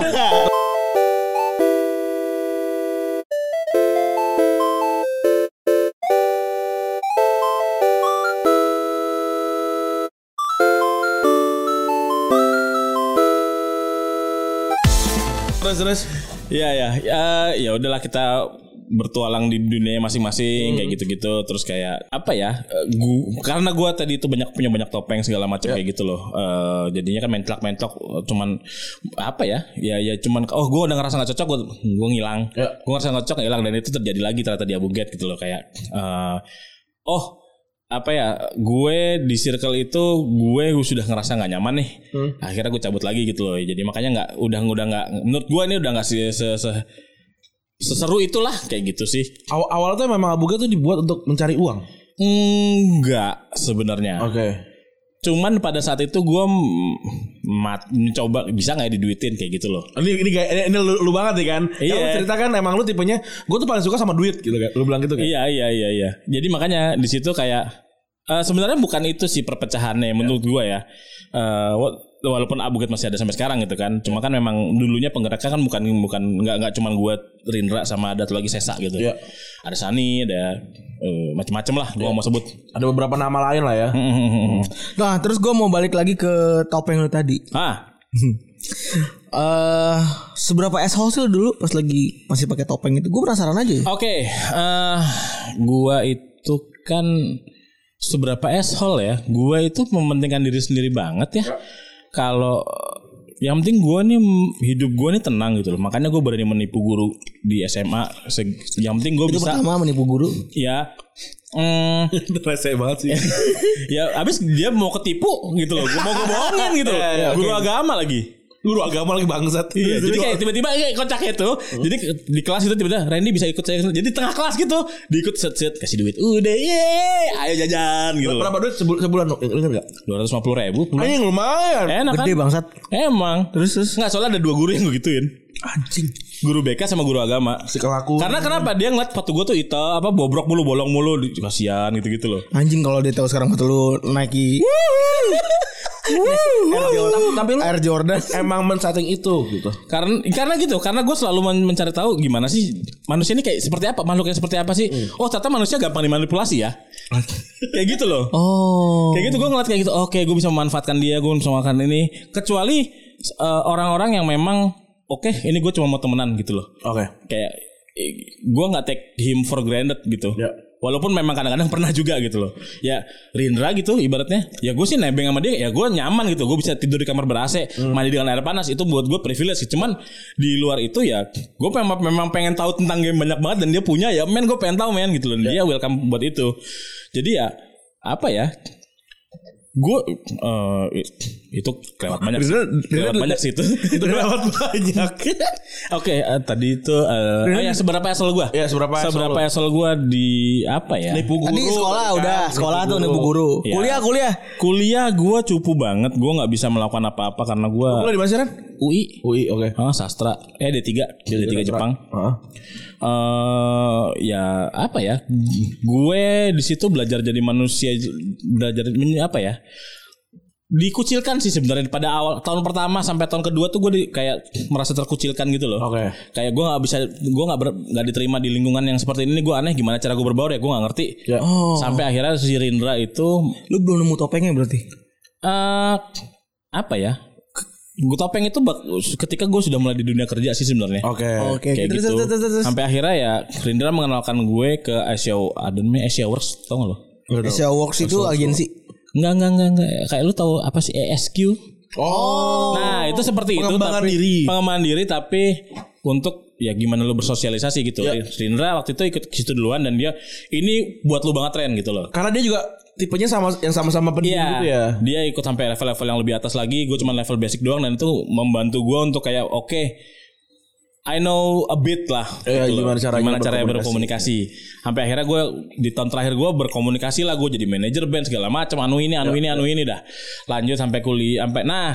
Terus terus. Iya ya, ya ya udahlah kita bertualang di dunia masing-masing kayak gitu-gitu terus kayak apa ya eh, gua karena gua tadi itu banyak punya banyak topeng segala macam kayak gitu loh. Eh, jadinya kan mentlak mentlok cuman apa ya ya ya cuman oh gua udah ngerasa nggak cocok gua gua ngilang Ya. gua ngerasa nggak cocok ngilang dan itu terjadi lagi ternyata di Abuget gitu loh kayak eh, oh apa ya gue di circle itu gue sudah ngerasa nggak nyaman nih akhirnya gue cabut lagi gitu loh jadi makanya nggak udah udah nggak menurut gue ini udah nggak se, se, se- seseru itulah kayak gitu sih. Awal awal tuh memang Abuget tuh dibuat untuk mencari uang. Enggak sebenarnya. Oke. Cuman pada saat itu gue mat mencoba bisa nggak ya diduitin kayak gitu loh. Ini ini kayak ini, ini lu, lu banget nih kan. Iya. Yang lu ceritakan emang lu tipenya gue tuh paling suka sama duit gitu kan. Lu bilang gitu kan. Iya iya iya iya. Jadi makanya di situ kayak eh, sebenarnya bukan itu sih perpecahannya menurut gue ya. Eh, wa- walaupun Abuget masih ada sampai sekarang gitu kan. Cuma kan memang dulunya penggeraknya kan bukan bukan nggak nggak cuma gue Rindra sama ada tuh lagi Sesa gitu. Iya. Ada Sani, ada eh, macam-macam lah. Gue mau sebut. Ada beberapa nama lain lah ya. Nah terus gue mau balik lagi ke topeng lu tadi. Ah, Eh seberapa asshole sih lu dulu pas lagi masih pakai topeng itu? Gue penasaran aja. Ya. oke. Eh, gua itu kan seberapa asshole ya. Gua itu mementingkan diri sendiri banget ya. Kalau yang penting gue nih hidup gue nih tenang gitu loh. Makanya gue berani menipu guru di S M A. Se- Yang penting gue Itu bisa. pertama menipu guru. Ya. Mm, Rese banget sih. ya abis dia mau ketipu gitu loh. Gue mau gue bohongin gitu loh. Ya, ya, Guru oke. agama lagi. Guru agama lagi bangsat. Iya, jadi kayak tiba-tiba kayak kocaknya tuh. Jadi di kelas itu tiba-tiba Randy bisa ikut saya. Jadi tengah kelas gitu, diikut set-set kasih duit. Udah, ye, ayo jajan gitu. Berapa duit sebul- sebulan? Ingat enggak? dua ratus lima puluh ribu. Anjing lumayan. Enak kan? Gede bangsat. Emang. Terus terus. Nggak soalnya ada dua guru yang gue gituin. Anjing. Guru B K sama guru agama. Si kelaku. Karena kenapa dia ngeliat foto gue tuh itu apa bobrok mulu, bolong mulu, di- kasihan gitu-gitu loh. Anjing kalau dia tahu sekarang foto lu Nike tapi lu Air Jordan. emang men-setting itu gitu. Karena karena gitu, karena gue selalu men- mencari tahu gimana sih manusia ini kayak seperti apa, makhluk yang seperti apa sih. Oh ternyata manusia gampang dimanipulasi ya. Kayak gitu loh. Oh. Kayak gitu gue ngeliat kayak gitu. Oke, gue bisa memanfaatkan dia, gue bisa memanfaatkan ini. Kecuali eh, orang-orang yang memang oke, ini gue cuma mau temenan gitu loh. Oke. Kayak eh, gue nggak take him for granted gitu. Ya. Walaupun memang kadang-kadang pernah juga gitu loh. Ya Rindra gitu ibaratnya. Ya gue sih nebeng sama dia. Ya gue nyaman gitu. Gue bisa tidur di kamar ber-A C. Mandi dengan air panas. Itu buat gue privilege. Cuman di luar itu ya. Gue memang, memang pengen tahu tentang game banyak banget. Dan dia punya ya men gue pengen tahu men gitu loh. Dia welcome buat itu. Jadi ya. Apa ya. gue uh, itu kelewat banyak sih. Kelewat banyak sih itu. Itu kelewat banyak. Oke, uh, tadi itu uh, oh ya seberapa asal gue? Ya seberapa asal Seberapa asal gue di apa ya? Nipu guru. Tadi sekolah kan? Udah, sekolah tuh nipu guru. Ya. Kuliah, kuliah. Kuliah gue cupu banget. Gue nggak bisa melakukan apa-apa karena gue Kuliah di mana sih, Ren? U I. U I, oke. Oh, sastra. Eh D tiga, D tiga Jepang. Heeh. Uh, ya apa ya, gue di situ belajar jadi manusia, belajar apa ya, dikucilkan sih sebenarnya pada awal tahun pertama sampai tahun kedua tuh gue di, kayak merasa terkucilkan gitu loh. Oke. Okay. Kayak gue nggak bisa, gue nggak nggak diterima di lingkungan yang seperti ini. Gue aneh gimana cara gue berbaur ya, gue nggak ngerti. Ya. Oh. Sampai akhirnya si Rindra itu, lu belum nemu topengnya berarti? Uh, apa ya? Gue topeng itu bak- ketika gue sudah mulai di dunia kerja sih sebenarnya. Oke. Okay. Oke. Kayak Terus, gitu. terus, terus, terus. Sampai akhirnya ya Rindra mengenalkan gue ke Asia, ada namanya Asia Works, tau gak lo? Asia Works itu agensi. Enggak, enggak, enggak, enggak. Kayak lu tahu apa sih E S Q? Oh. Nah, itu seperti itu. Pengembangan tapi, diri. Pengembangan diri tapi untuk ya gimana lu bersosialisasi gitu. Ya. Rindra waktu itu ikut ke situ duluan dan dia ini buat lu banget tren gitu loh. Karena dia juga tipenya sama yang sama-sama pendiam Iya, gitu ya. dia ikut sampai level-level yang lebih atas lagi. Gue cuma level basic doang dan itu membantu gue untuk kayak oke, okay, I know a bit lah. Ya, gitu gimana caranya, gimana caranya berkomunikasi. berkomunikasi. Sampai akhirnya gue di tahun terakhir gue berkomunikasi lah, gue jadi manajer band segala macam, anu ini, anu ya, ini, anu ini dah. Lanjut sampai kuliah, sampai nah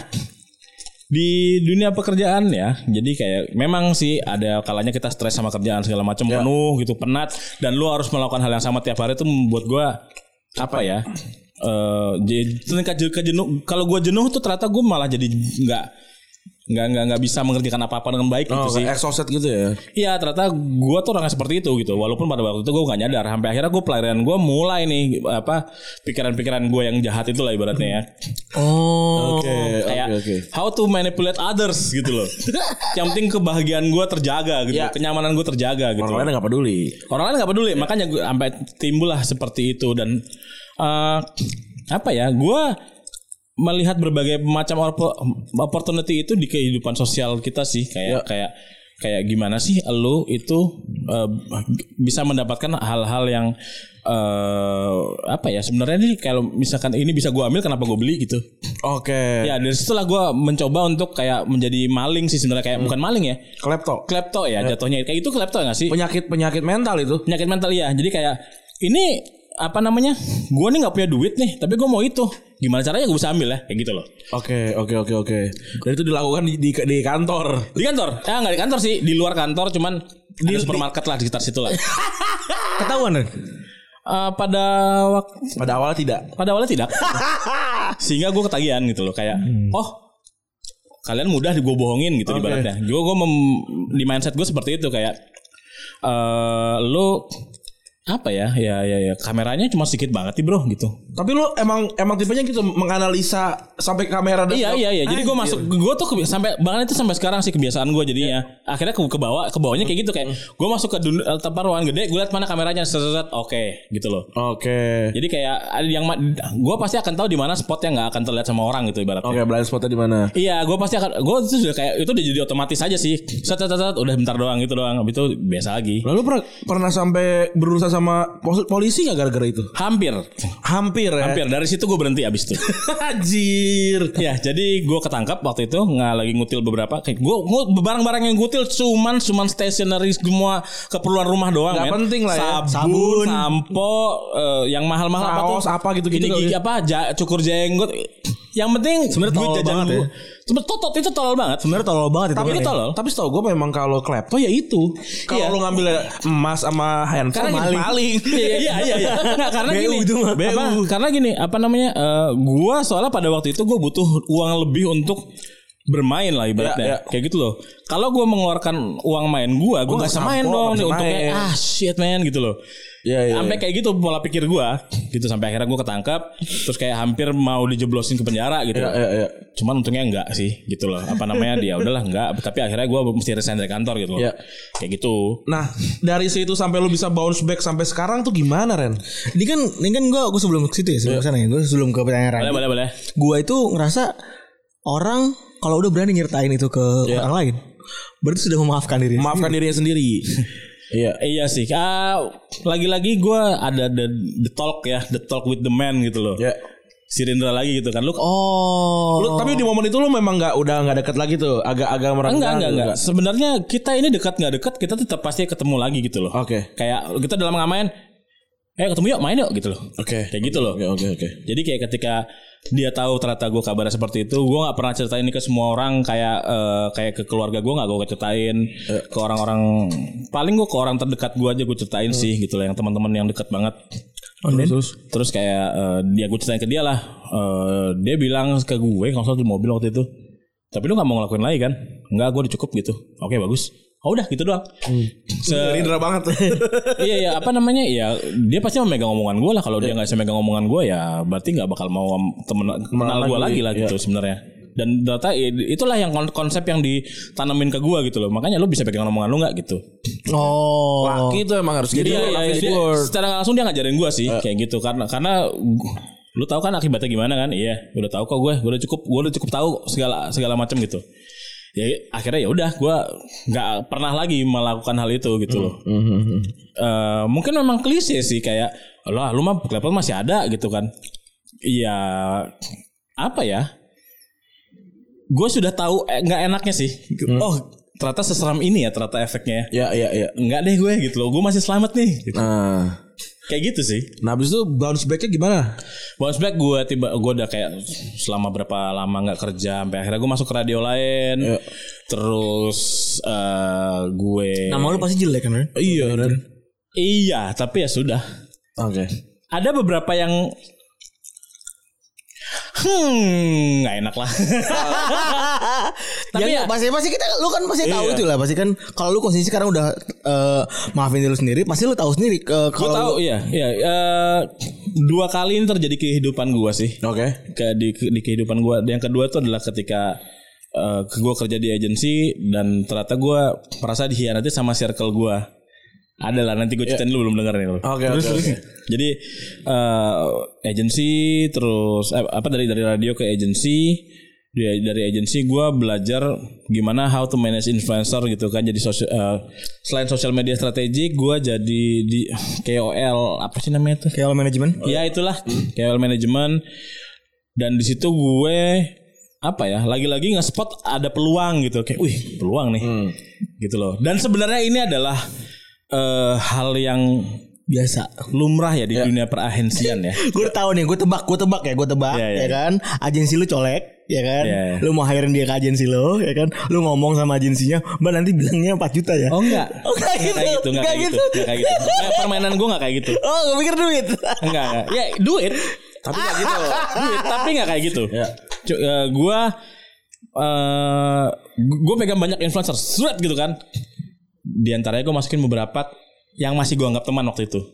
di dunia pekerjaan ya. Jadi kayak memang sih ada kalanya kita stres sama kerjaan segala macam, ya, penuh gitu, penat, dan lu harus melakukan hal yang sama tiap hari itu membuat gue apa ya? Uh, jadi kejenuh. Kalau gue jenuh tuh ternyata gue malah jadi nggak nggak nggak nggak bisa mengerjakan apa-apa dengan baik oh, gitu sih. Exhausted gitu ya. Iya, ternyata gue tuh orangnya seperti itu gitu. Walaupun pada waktu itu gue nggak nyadar. Sampai akhirnya gue pelarian gue mulai nih apa pikiran-pikiran gue yang jahat itu lah ibaratnya ya. Oh, oke, kayak oke, oke. how to manipulate others gitu loh. Yang penting kebahagiaan gue terjaga gitu, ya, kenyamanan gue terjaga gitu. Orang lain nggak peduli. Orang lain nggak peduli, ya. Makanya gue sampai timbul lah seperti itu dan uh, apa ya, gue melihat berbagai macam opportunity itu di kehidupan sosial kita sih, kayak ya, kayak kayak gimana sih lo itu uh, bisa mendapatkan hal-hal yang uh, apa ya, sebenarnya nih kalau misalkan ini bisa gue ambil kenapa gue beli gitu. Oke. Okay. Ya dari situlah gue mencoba untuk kayak menjadi maling sih sebenarnya, kayak hmm. bukan maling ya, klepto. Klepto ya, ya. Jatuhnya kayak itu klepto nggak sih? Penyakit penyakit mental itu. Penyakit mental ya. Jadi kayak ini apa namanya, gue nih nggak punya duit nih tapi gue mau itu, gimana caranya gue bisa ambil ya, kayak gitu loh. Oke oke oke oke. Dan itu dilakukan di, di di kantor. Di kantor? Ya nggak di kantor sih, di luar kantor, cuman di supermarket lah di sekitar situ lah. Ketahuan kan? Uh, pada waktu pada awalnya tidak. Pada awalnya tidak. Sehingga gue ketagihan gitu loh, kayak hmm. oh kalian mudah gue bohongin gitu, okay, ibaratnya. Gue gue di mindset gue seperti itu, kayak uh, lo apa ya, ya ya ya kameranya cuma sedikit banget nih bro gitu. Tapi lu emang emang tipenya gitu menganalisa sampai kamera dan iya iya iya. Jadi gue masuk, gue tuh kebi- sampai bahkan itu sampai sekarang sih kebiasaan gue jadinya. Yeah. Akhirnya ke ke bawah, ke bawahnya kayak gitu, kayak gue masuk ke dun- tempat ruangan gede, gue liat mana kameranya, set-set, oke okay, gitu loh. Oke. Okay. Jadi kayak ada yang gue pasti akan tahu di mana spot yang nggak akan terlihat sama orang gitu ibaratnya. Oke, okay, blind spotnya di mana? Iya, gue pasti akan, gue itu sudah kayak itu udah jadi otomatis aja sih. Set set set, udah bentar doang gitu doang, habis itu biasa lagi. Lalu pernah pernah sampai berurusan sama polisi nggak gara-gara itu? Hampir. Hampir ya? Hampir. Dari situ gue berhenti abis itu. Anjir. Ya jadi gue ketangkap waktu itu nggak lagi ngutil beberapa. Kayak gue, gue barang-barang yang ngutil cuman cuman stationery semua keperluan rumah doang. Gak men. penting lah ya. Sabun, sampo, uh, yang mahal-mahal apa tuh? apa gitu-gitu. Ini gigi apa? Ja, cukur jenggot. Yang penting sebenarnya tolol banget ya. Sebenarnya totot itu tolol banget. Sebenarnya tolol banget itu. Tapi itu tolol. Tapi setahu gue memang kalau klepto ya itu. Kalau iya. lu ngambil emas sama handphone maling. maling. Iya iya iya. iya. Nggak, karena B U gini. Itu apa, karena gini, apa namanya? Uh, gua soalnya pada waktu itu gue butuh uang lebih untuk bermain lah ibaratnya. Ya, ya. Kayak gitu loh. Kalau gue mengeluarkan uang main gue, gue nggak bisa main dong nih, untuk kayak ah shit man gitu loh. Ya, ya, sampai ya. Kayak gitu pola pikir gue gitu, sampai akhirnya gue ketangkap, terus kayak hampir mau dijeblosin ke penjara gitu. Ya, ya, ya. Cuman untungnya enggak sih gitu loh. Apa namanya, dia udahlah enggak, tapi akhirnya gue mesti resign dari kantor gitu loh. Ya. Kayak gitu. Nah, dari situ sampai lu bisa bounce back sampai sekarang tuh gimana, Ren? Ini kan ini kan gue gue sebelum ke situ ya, sebelum ya. Sana ya. Gue sebelum ke pertanyaan Boleh, boleh, boleh. Gue itu ngerasa orang kalau udah berani nyertain itu ke ya. orang lain, berarti sudah memaafkan diri. Memaafkan dirinya sendiri. Iya, iya sih. Ah, lagi-lagi gue ada the, the talk ya, the talk with the man gitu loh. Ya. si Rindra lagi gitu kan lu. Oh. Lu tapi di momen itu lu memang nggak udah nggak dekat lagi tuh, agak-agak merenggang. Enggak enggak enggak. Sebenarnya kita ini dekat nggak dekat, kita tetap pasti ketemu lagi gitu loh. Oke. Okay. Kayak kita dalam ngamain, eh ketemu yuk main yuk gitu loh. Oke. Okay. Kayak gitu loh. Oke okay, oke okay, oke. Okay. Jadi kayak ketika dia tahu ternyata gue kabarnya seperti itu, gue nggak pernah ceritain ini ke semua orang kayak uh, kayak ke keluarga gue nggak gue ceritain uh. ke orang-orang, paling gue ke orang terdekat gue aja gue ceritain uh. sih gitu lah, yang teman-teman yang dekat banget. Terus, terus terus kayak uh, dia gue ceritain ke dia lah, uh, dia bilang ke gue kalau soal di mobil waktu itu, tapi lu nggak mau ngelakuin lagi kan? Enggak, gue udah cukup gitu. Oke bagus. Oh udah gitu doang. Hmm. Rindra banget. Iya ya apa namanya ya, dia pasti memegang omongan gue lah. Kalau yeah. dia nggak bisa megang omongan gue ya berarti nggak bakal mau temen kenal gue lagi lah gitu yeah. sebenarnya. Dan data itulah yang konsep yang ditanamin ke gue gitu loh. Makanya lu bisa pegang omongan lu nggak gitu. Oh. Laki itu emang harus gitu. Iya, iya, dia, secara langsung dia ngajarin gue sih uh. kayak gitu karena karena lu tahu kan akibatnya gimana kan? Iya, udah tahu kok gue. Gue udah cukup gue udah cukup tahu segala segala macam gitu. Ya akhirnya ya udah gue nggak pernah lagi melakukan hal itu gitu loh. Mm-hmm. Uh, mungkin memang klise sih kayak lah lu mah klepot masih ada gitu kan. Iya apa ya? Gue sudah tahu nggak eh, enaknya sih. Mm. Oh ternyata seseram ini ya ternyata efeknya. Ya ya ya. Enggak deh gue gitu loh. Gue masih selamat nih. Gitu. Uh. Kayak gitu sih. Nah abis itu bounce backnya gimana? Bounce back gue tiba gue udah kayak selama berapa lama nggak kerja sampai akhirnya gue masuk ke radio lain. Yeah. Terus uh, gue nama lu pasti jelek kan? Iya kan? Iya tapi ya sudah. Oke. Okay. Ada beberapa yang Hmm, nggak enak lah. Tapi ya, ya pasti pasti kita, lu kan pasti tahu iya. itu lah, pasti kan kalau lu kondisi sekarang udah uh, maafin diri lu sendiri, pasti lu tahu sendiri. Uh, kalau tahu, lu, iya, iya. Uh, dua kali ini terjadi kehidupan gua sih. Oke. Okay. Ke di, di kehidupan gua. Yang kedua itu adalah ketika uh, gua kerja di agensi dan ternyata gua merasa dikhianati sama circle gua. Ada lah nanti gue ceritain yeah. lu belum denger nih lu. Oke oke oke. Jadi uh, agensi terus eh, apa dari dari radio ke agensi, dari dari agensi gue belajar gimana how to manage influencer gitu kan. Jadi sosial, uh, selain social media strategik gue jadi di K O L apa sih namanya itu? K O L management. Ya itulah K O L management. Dan di situ gue apa ya lagi-lagi nge-spot ada peluang gitu kayak, wih peluang nih, hmm. gitu loh. Dan sebenarnya ini adalah Uh, hal yang biasa lumrah ya di yeah. dunia peragensian ya. Gue tahu nih, gue tebak, gue tebak ya, gue tebak yeah, yeah. ya kan. Agensi lu colek, ya kan. Yeah. Lu mau hiring dia ke agensi lu, ya kan. Lu ngomong sama agensinya, "Mbak nanti bilangnya empat juta ya." Oh enggak. Oh enggak gitu. Kayak gitu, enggak kayak gitu. Enggak kayak gitu. Nah, permainan gue enggak kayak gitu. Oh, gue pikir duit. Enggak, enggak. Ya, duit. Tapi enggak gitu. Duit, tapi enggak kayak gitu. Ya. Uh, gue uh, gue pegang banyak influencer, seret gitu kan. Di antaranya gue masukin beberapa yang masih gue anggap teman waktu itu.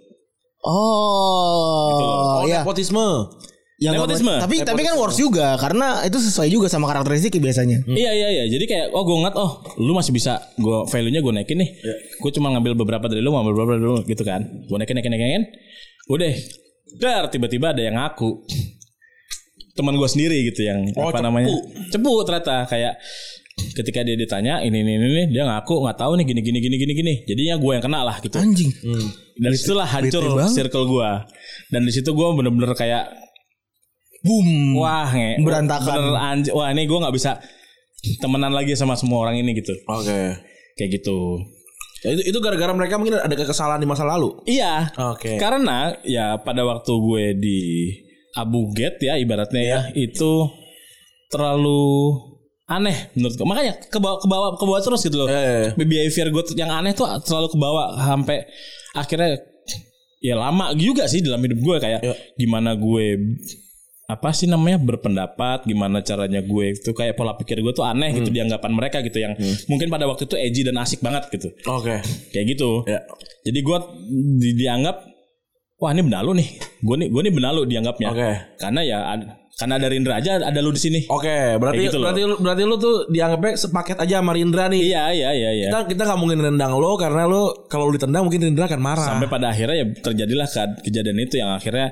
Oh, gitu oh ya. Nepotisme. Yang nepotisme. Tapi nepotisme. Tapi kan works juga karena itu sesuai juga sama karakteristik biasanya. Hmm. Iya iya iya. Jadi kayak oh gue ngeliat oh lu masih bisa gue value-nya gue naikin nih. Yeah. Gue cuma ngambil beberapa dari lu, ngambil beberapa dari lu gitu kan. Gue naikin naikin naikin. Udah. Dar tiba-tiba ada yang ngaku. Teman gue sendiri gitu yang oh, apa cepu. namanya? Cepu ternyata kayak ketika dia ditanya ini ini ini dia ngaku nggak tahu nih gini gini gini gini gini jadinya gue yang kena lah gitu. Anjing. Hmm. Dan itulah hancur circle gue. Dan di situ gue bener-bener kayak boom, wah nge, berantakan. Bener anj- wah ini gue nggak bisa temenan lagi sama semua orang ini gitu. Oke. Okay. Kayak gitu. Ya, itu itu gara-gara mereka mungkin ada kesalahan di masa lalu. Iya. Oke. Okay. Karena ya pada waktu gue di Abu Get ya ibaratnya yeah. ya itu terlalu aneh menurut gue. Makanya kebawa kebawa kebawa terus gitu loh. Yeah, yeah. Behavior gue yang aneh tuh selalu kebawa sampai akhirnya ya lama juga sih dalam hidup gue kayak yeah. gimana gue apa sih namanya berpendapat, gimana caranya gue itu kayak pola pikir gue tuh aneh hmm. gitu di anggapan mereka gitu yang hmm. mungkin pada waktu itu edgy dan asik banget gitu. Oke. Okay. Kayak gitu. Yeah. Jadi gue di, dianggap wah ini benalu nih. Gue nih gue nih benalu dianggapnya. Oke. Okay. Karena ya karena ada Rindra aja ada lu di sini. Oke, okay, berarti gitu berarti lu, berarti lu tuh dianggapnya sepaket aja sama Rindra nih. Iya, iya, iya, iya. Kita kita enggak mungkin nendang lo karena lo kalau lu ditendang mungkin Rindra akan marah. Sampai pada akhirnya ya terjadilah kejadian itu yang akhirnya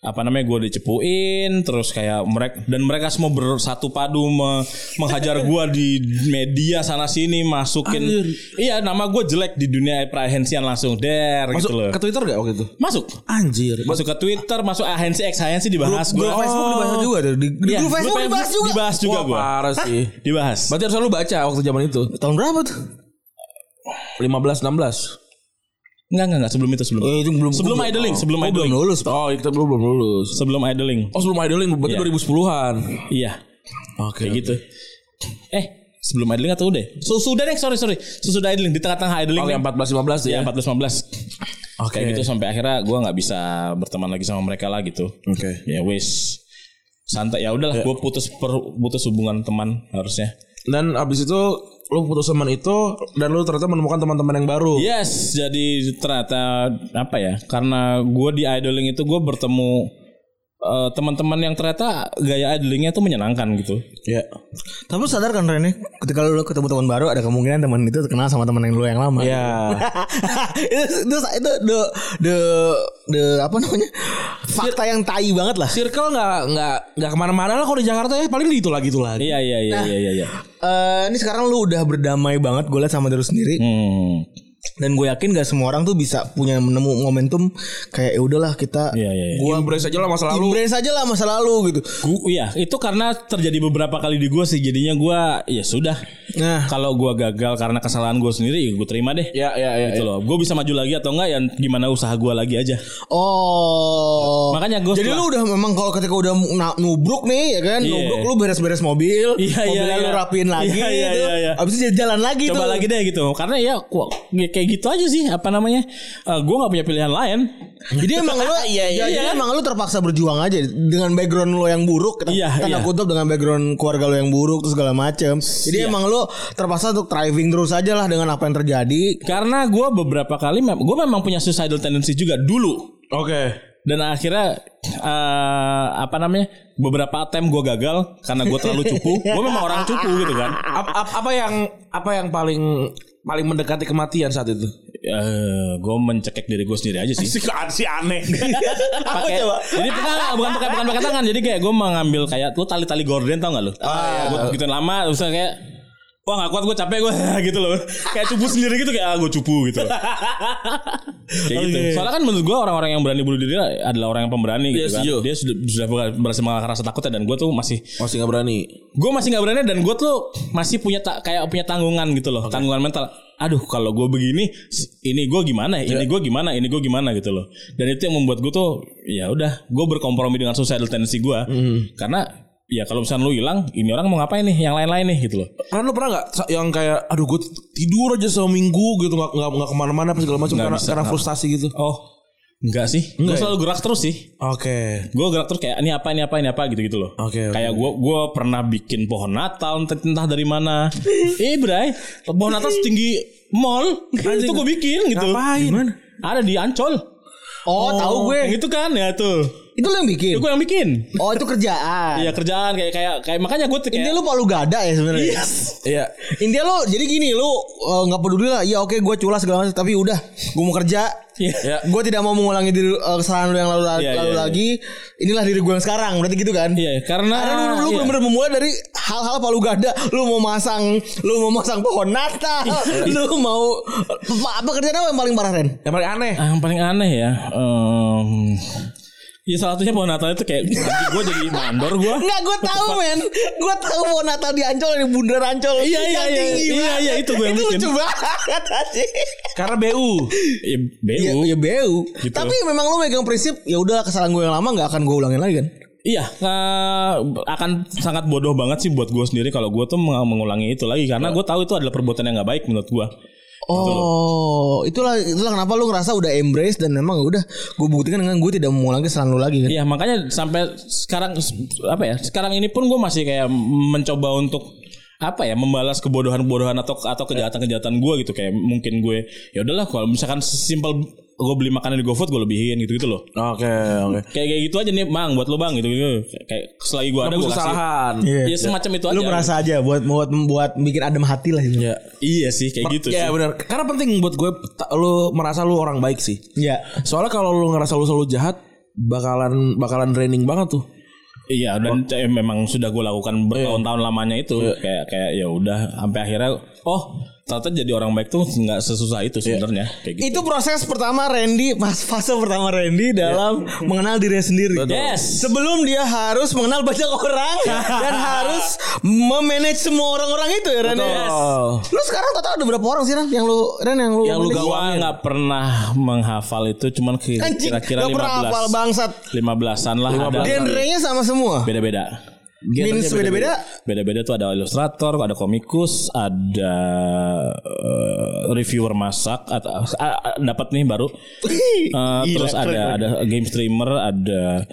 apa namanya gue dicepuin terus kayak mereka dan mereka semua bersatu padu me, menghajar gue di media sana sini masukin Anjir. Iya nama gue jelek di dunia perahensian langsung der masuk gitu loh. Ke Twitter gak waktu itu? Masuk. Anjir. Masuk ke Twitter, masuk ahensi X ahensi dibahas gue. Grup Facebook dibahas juga tuh. Di, di ya, grup Facebook dibahas juga. Dibahas juga gue. Parah sih. Dibahas. Berarti harus lu baca waktu zaman itu. Tahun berapa tuh? lima belas enam belas Enggak enggak enggak sebelum itu sebelum. Eh, itu belum sebelum belum, idling, oh, sebelum oh, idling. Belum lulus. Oh, kita belum belum lulus. Sebelum idling. Oh, sebelum idling berarti yeah. dua ribu sepuluhan. Iya. Oke. Kayak gitu. Eh, sebelum idling atau udah? Sudah deh, sorry sorry. Sesudah idling di tengah-tengah idling. Oh, yang empat belas lima belas ya. Iya, empat belas lima belas Oke. Kayak gitu sampai akhirnya gue nggak bisa berteman lagi sama mereka lah gitu. Oke. Okay. Ya wis santai ya udahlah. Yeah. Gue putus per, putus hubungan teman harusnya. Dan abis itu lu putus teman itu dan lu ternyata menemukan teman-teman yang baru. Yes, jadi ternyata apa ya? Karena gue di idling itu gue bertemu uh, teman-teman yang ternyata gaya idlingnya tuh menyenangkan gitu. Ya. Tapi lu sadar kan Rene, ketika lu ketemu teman baru ada kemungkinan teman itu kenal sama teman yang lu yang lama. Iya. itu, itu itu the the the apa namanya? Fakta yang tai banget lah. Circle nggak nggak nggak kemana-mana lah kalau di Jakarta ya paling di itu lagi itu lagi. Iya iya iya nah, iya iya. Uh, ini sekarang lu udah berdamai banget gue liat sama diri sendiri. Hmm. Dan gue yakin gak semua orang tuh bisa punya menemu momentum kayak ya udahlah kita iya, iya, iya. Gua embrace aja lah masa lalu. Embrace aja lah masa lalu gitu. Gua, iya, itu karena terjadi beberapa kali di gue sih jadinya gue ya sudah. Nah, kalau gue gagal karena kesalahan gue sendiri ya gue terima deh. Ya ya ya. Gitu ya. loh. Gue bisa maju lagi atau enggak ya gimana usaha gue lagi aja. Oh. Makanya gue jadi lu udah memang kalau ketika udah nubruk nih ya kan, yeah. nubruk lu beres-beres mobil, yeah, mobilnya yeah, lu rapiin lagi yeah, yeah, gitu. Yeah, yeah. Abis itu jalan lagi coba tuh. lagi deh gitu. Karena ya kayak gitu aja sih apa namanya? Uh, gue nggak punya pilihan lain. Jadi emang lu iya, iya, jadi emang lu terpaksa berjuang aja dengan background lu yang buruk. Iya, tanda iya. kutip dengan background keluarga lu yang buruk terus segala macam. Jadi iya. emang lu terpaksa untuk thriving terus aja lah dengan apa yang terjadi. Karena gue beberapa kali gue memang punya suicidal tendency juga dulu. Oke. Okay. Dan akhirnya uh, apa namanya beberapa attempt gue gagal karena gue terlalu cupu. Gue memang orang cupu gitu kan. Apa, apa yang apa yang paling paling mendekati kematian saat itu? Uh, gue mencekik diri gue sendiri aja sih. Si, si aneh. Pakai, jadi pernah bukan pakai bukan pakai tangan. Jadi kayak gue mengambil kayak lu tali-tali gorden tau nggak lu? Oh, iya. Gue gituin lama, usah kayak wah gak kuat gue capek gue gitu loh. Kayak cupu sendiri gitu kayak ah gue cupu gitu loh. Kayak gitu. Soalnya kan menurut gue orang-orang yang berani bunuh diri adalah orang yang pemberani gitu yes, kan. yo. Dia sudah sudah berhasil mengalahkan rasa takutnya dan gue tuh masih masih gak berani. Gue masih gak berani dan gue tuh masih punya ta- kayak punya tanggungan gitu loh. Okay. Tanggungan mental. Aduh kalau gue begini ini gue gimana ya? Ini gue gimana? Ini gue gimana gitu loh. Dan itu yang membuat gue tuh ya udah gue berkompromi dengan suicidal tendency gue. Mm. Karena ya kalau misalnya lu hilang, ini orang mau ngapain nih? Yang lain-lain nih gitu loh. Kan lu pernah nggak yang kayak, aduh gue tidur aja seminggu gitu nggak nggak nggak kemana-mana apa segala macam karena, karena frustasi gitu? Oh, enggak sih. Gue selalu gerak terus sih. Oke. Okay. Gue gerak terus kayak ini apa ini apa ini apa gitu gitu loh. Oke. Okay, okay. Kayak gue gue pernah bikin pohon Natal entah, entah dari mana. Eh bray, pohon Natal setinggi mall. Itu gue bikin gitu. Ngapain? Gimana? Ada di Ancol. Oh, oh tahu gue. Itu kan ya tuh. Itu lo yang bikin? Itu gue yang bikin. Oh itu kerjaan. Iya kerjaan kayak kayak kayak makanya gue kayak. Intinya lu palu gada ya sebenarnya. Yes. Iya. Intinya lu jadi gini lu nggak uh, peduli lah. Iya oke okay, gue culas segala macam tapi udah gue mau kerja. Iya. Yeah. Gue tidak mau mengulangi diri, uh, kesalahan lu yang lalu yeah, lalu yeah, lagi. Yeah. Inilah diri gue yang sekarang. Berarti gitu kan? Iya. Yeah, karena. Karena lu, lu yeah. benar-benar memulai dari hal-hal palu gada. Lu mau masang, lu mau masang pohon Natal. Lu mau apa kerjaan apa yang paling parah Ren? Yang paling aneh. Ah, yang paling aneh ya. Um, Ya salah satunya pohon Natal itu kayak gue jadi mandor gue. Enggak gue tahu men. Gue tahu pohon Natal di Ancol di Bundaran Ancol. Iya iya iya. Iya iya itu gue yang bikin. Itu lucu banget sih. Karena B U. Ya B U. Ya, ya B U. Gitu. Tapi memang lu megang prinsip ya udah kesalahan gue yang lama enggak akan gue ulangin lagi kan? Iya, uh, akan sangat bodoh banget sih buat gue sendiri kalau gue tuh mengulangi itu lagi karena gue tahu itu adalah perbuatan yang nggak baik menurut gue. Oh, itulah itulah kenapa lu ngerasa udah embrace dan memang udah gue buktikan dengan gue tidak mengulangi kesalahan lu lagi kan. Iya, makanya sampai sekarang apa ya? Sekarang ini pun gue masih kayak mencoba untuk apa ya membalas kebodohan-kebodohan atau atau kejahatan-kejahatan gue gitu kayak mungkin gue ya udahlah kalau misalkan simpel gue beli makanan di GoFood gue lebihin gitu gitu loh. Oke okay, oke. Okay. Kayak kayak gitu aja nih bang buat lo bang gitu gitu. Kayak selagi gue ada gue kesalahan. Iya ya, semacam itu aja. Lu merasa aja buat buat buat bikin adem hati lah gitu. Ya. Iya sih kayak gitu. Iya benar. Karena penting buat gue lu merasa lu orang baik sih. Iya. Soalnya kalau lu ngerasa lu selalu jahat bakalan bakalan draining banget tuh. Iya dan oh. c- memang sudah gue lakukan bertahun-tahun lamanya itu yeah. kayak kayak ya udah sampai akhirnya oh ternyata jadi orang baik tuh nggak sesusah itu sebenarnya. Yeah. Gitu. Itu proses pertama Randy, pas fase pertama Randy dalam yeah. mengenal diri sendiri. Yes. Sebelum dia harus mengenal banyak orang dan harus memanage semua orang-orang itu ya Randy. Yes. Lu sekarang total ada berapa orang sih Ran yang lu Ran yang lu yang lu gua nggak pernah menghafal itu cuman kira-kira lima belas bangsat lima belasan lah. Genrenya sama semua. Beda-beda. Minus beda-beda. Beda-beda tuh ada ilustrator, ada komikus, ada uh, reviewer masak, atau uh, dapat nih baru. Uh, terus ada ada game streamer, ada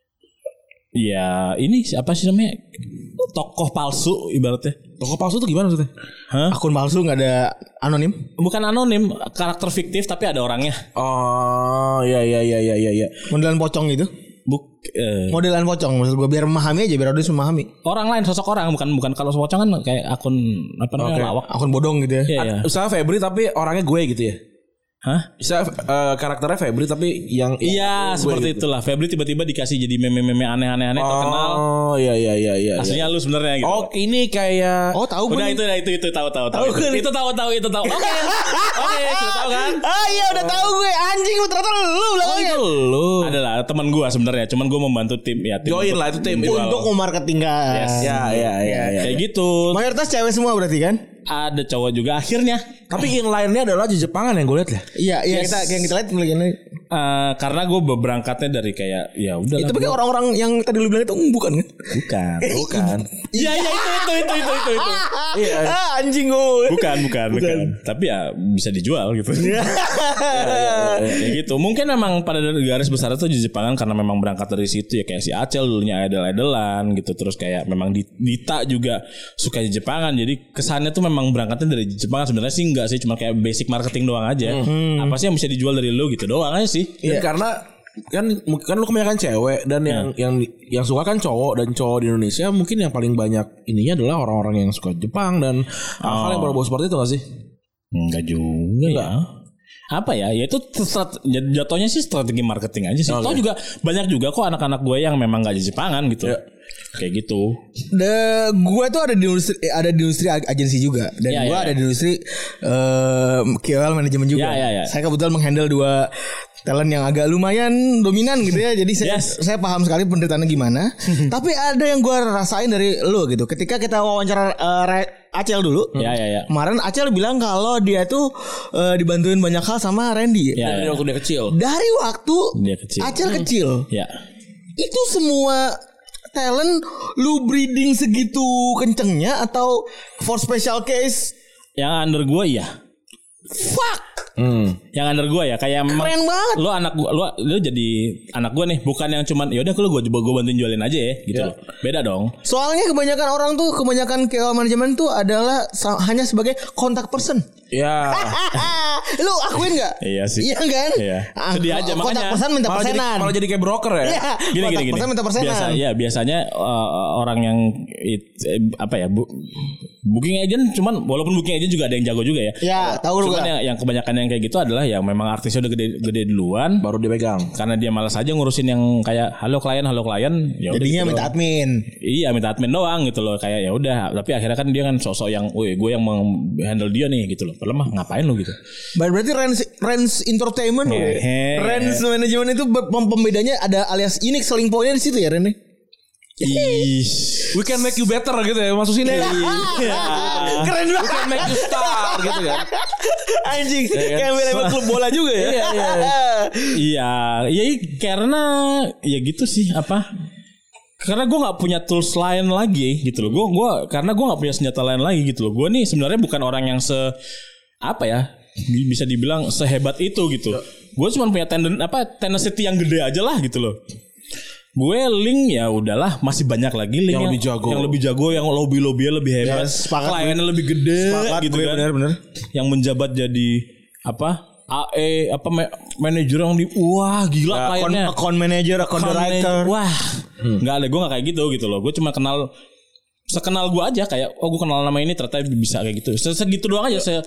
ya ini siapa sih namanya? Tokoh palsu ibaratnya. Tokoh palsu tuh gimana maksudnya? Hah? Akun palsu nggak ada anonim? Bukan anonim, karakter fiktif tapi ada orangnya. Oh, iya iya iya iya iya. Modelan pocong gitu. Buk, eh. Modelan pocong maksud gue biar memahami aja biar audiens memahami. Orang lain sosok orang bukan bukan kalau pocong kan kayak akun apa namanya okay. lawak. Akun bodong gitu ya. Iya, iya. Misalnya Febri tapi orangnya gue gitu ya. Hah? Bisa uh, karakternya Febri tapi yang iya seperti gitu. Itulah Febri tiba-tiba dikasih jadi meme-meme aneh-aneh aneh oh, terkenal. Oh iya iya iya iya. Aslinya iya. Lu sebenarnya gitu. Oh ini kayak oh tahu udah itu udah itu itu tahu tahu tahu. Itu, itu tahu tahu itu tahu. Oke. Oke, sudah tahu kan? Ah iya udah tahu gue anjing lu ternyata lu belakangnya. Oh, lu. Adalah teman gue sebenarnya, cuman gue membantu tim ya tim. Join lah itu tim untuk memarketingkan. Yes. Ya ya ya ya. Kayak gitu. Mayoritas cewek semua berarti kan? Ada cowok juga akhirnya. Tapi inline-nya adalah Jepangan yang gue lihat ya. Iya, iya yes. kita yang kita lihat ini. Uh, karena gue berangkatnya dari kayak ya udah. Itu kan orang-orang yang tadi lu bilang itu bukan kan? Bukan. Bukan. Iya iya itu itu itu itu itu itu. Iya. Ah, anjing gue. Bukan, bukan bukan bukan. Tapi ya bisa dijual gitu. ya, ya, ya, ya gitu. Mungkin memang pada garis besar itu di Jepangan karena memang berangkat dari situ ya kayak si Acel dulunya idol-idolan gitu terus kayak memang Dita juga suka Jepangan jadi kesannya tuh memang berangkatnya dari Jepangan sebenarnya sih enggak sih cuma kayak basic marketing doang aja. Hmm. Apa sih yang bisa dijual dari lu gitu doang aja sih. Iya. Karena kan kan lu kebanyakan cewek dan yang yeah. yang yang suka kan cowok dan cowok di Indonesia mungkin yang paling banyak ininya adalah orang-orang yang suka Jepang dan oh. hal yang berbau seperti itu gak sih? Enggak juga Enggak. ya. Apa ya? Ya itu strat, jatuhnya sih strategi marketing aja sih. Okay. Toh juga banyak juga kok anak-anak gue yang memang gak Jepangan gitu. Yeah. Kayak gitu. The gue tuh ada di industri ada di industri agensi juga dan yeah, gue yeah, ada yeah. di industri uh, K O L manajemen juga. Yeah, yeah, yeah. Saya kebetulan menghandle dua talent yang agak lumayan dominan gitu ya. Jadi saya yes. saya paham sekali penderitaannya gimana. Tapi ada yang gue rasain dari lo gitu. Ketika kita wawancara uh, Acel dulu. Ya, ya, ya. Kemarin Acel bilang kalau dia tuh uh, dibantuin banyak hal sama Randy. Ya, dari ya. waktu dia kecil. Dari waktu dia kecil. Acel hmm. kecil. Ya. Itu semua talent lu breeding segitu kencengnya atau for special case? Yang under gue iya. Fuck. Hmm. Yang under gue ya kayak keren banget. Lu anak gua, lu lu jadi anak gue nih, bukan yang cuman ya udah kalau gue gue bantuin jualin aja ya gitu yeah. loh. Beda dong. Soalnya kebanyakan orang tuh kebanyakan K O L manajemen tuh adalah sa- hanya sebagai kontak person. Ya. Lu akuin enggak? Iya sih. Iya kan? Iya. Sedih aja kontak makanya. Kontak person minta malah persenan. Jadi, malah jadi kayak broker ya. Iya. Gini kontak gini gini. Minta persenan. Biasa ya biasanya uh, orang yang it, eh, apa ya bu, booking agent cuman walaupun booking agent juga ada yang jago juga ya. Iya, tahu lu. Cuman yang, yang kebanyakan yang kayak gitu adalah yang memang artisnya udah gede gede duluan baru dipegang. Karena dia malas aja ngurusin yang kayak halo klien halo klien ya jadinya gitu minta doang. admin. Iya, minta admin doang gitu loh kayak ya udah tapi akhirnya kan dia kan sosok yang woi gue yang menghandle dia nih gitu loh. Padahal mah ngapain lu gitu. Berarti Rens Rens Entertainment loh. Rens Management itu pembedanya ada alias unik selling pointnya di situ ya Ren. We can make you better gitu ya. Masuk sini. Keren banget. We can make you star gitu kan. Anjing kayak label klub bola juga ya. Iya iya. Iya, iya karena ya gitu sih apa? Karena gue nggak punya tools lain lagi gitu loh. Gue gue karena gue nggak punya senjata lain lagi gitu loh. Gue nih sebenarnya bukan orang yang se apa ya bisa dibilang sehebat itu gitu. Gue cuma punya tenden apa tenacity yang gede aja lah gitu loh. Gue link ya udahlah masih banyak lagi link yang, yang lebih jago, yang lebih jago, yang lobby lobbynya lebih hebat, yes, kliennya lebih gede, sepakat, gitu kan. Bener-bener. Yang menjabat jadi apa? A E apa ma- manajer yang di wah gila ya, kliennya. Account, account manager, account director. Wah, hmm. nggak ada gue nggak kayak gitu gitu loh. Gue cuma kenal sekenal gue aja kayak oh gue kenal nama ini ternyata bisa kayak gitu. Segitu doang aja. Se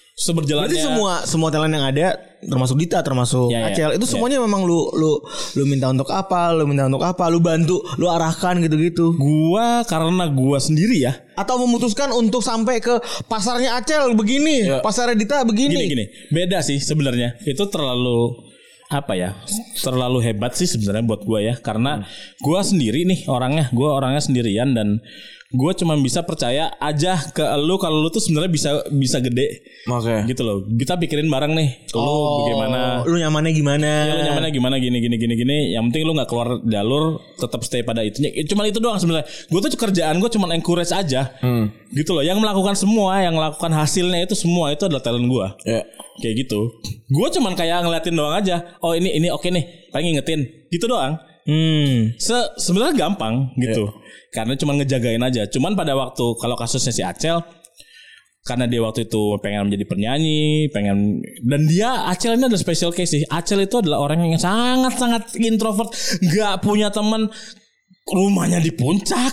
seberjalannya. Berarti semua semua talent yang ada termasuk Dita, termasuk ya, Acel, ya. Itu semuanya ya. Memang lu lu lu minta untuk apa, lu minta untuk apa, lu bantu, lu arahkan gitu-gitu. Gua karena gua sendiri ya, atau memutuskan untuk sampai ke pasarnya Acel begini, ya. Pasarnya Dita begini. Gini-gini. Beda sih sebenarnya. Itu terlalu apa ya? Terlalu hebat sih sebenarnya buat gua ya, karena hmm. gua sendiri nih orangnya, gua orangnya sendirian dan gue cuma bisa percaya aja ke lu kalau lu tuh sebenarnya bisa bisa gede. Oke. Gitu loh. Kita pikirin bareng nih. Lu oh, bagaimana? Lu nyamannya gimana? Ya, lu nyamannya gimana gini gini gini gini. Yang penting lu nggak keluar jalur, tetap stay pada itunya. Cuma itu doang sebenarnya. Gue tuh kerjaan gue cuma encourage aja. Hmm. Gitu loh. Yang melakukan semua, yang melakukan hasilnya itu semua itu adalah talent gue. Yeah. Kayak gitu. Gue cuma kayak ngeliatin doang aja. Oh ini ini oke nih. Pengen ngingetin. Gitu doang. Hmm. Se- sebenarnya gampang gitu. Yeah. Karena cuma ngejagain aja. Cuman pada waktu kalau kasusnya si Acel, karena dia waktu itu pengen menjadi penyanyi, pengen, dan dia Acel ini adalah special case sih. Acel itu adalah orang yang sangat-sangat introvert, nggak punya teman, rumahnya di puncak.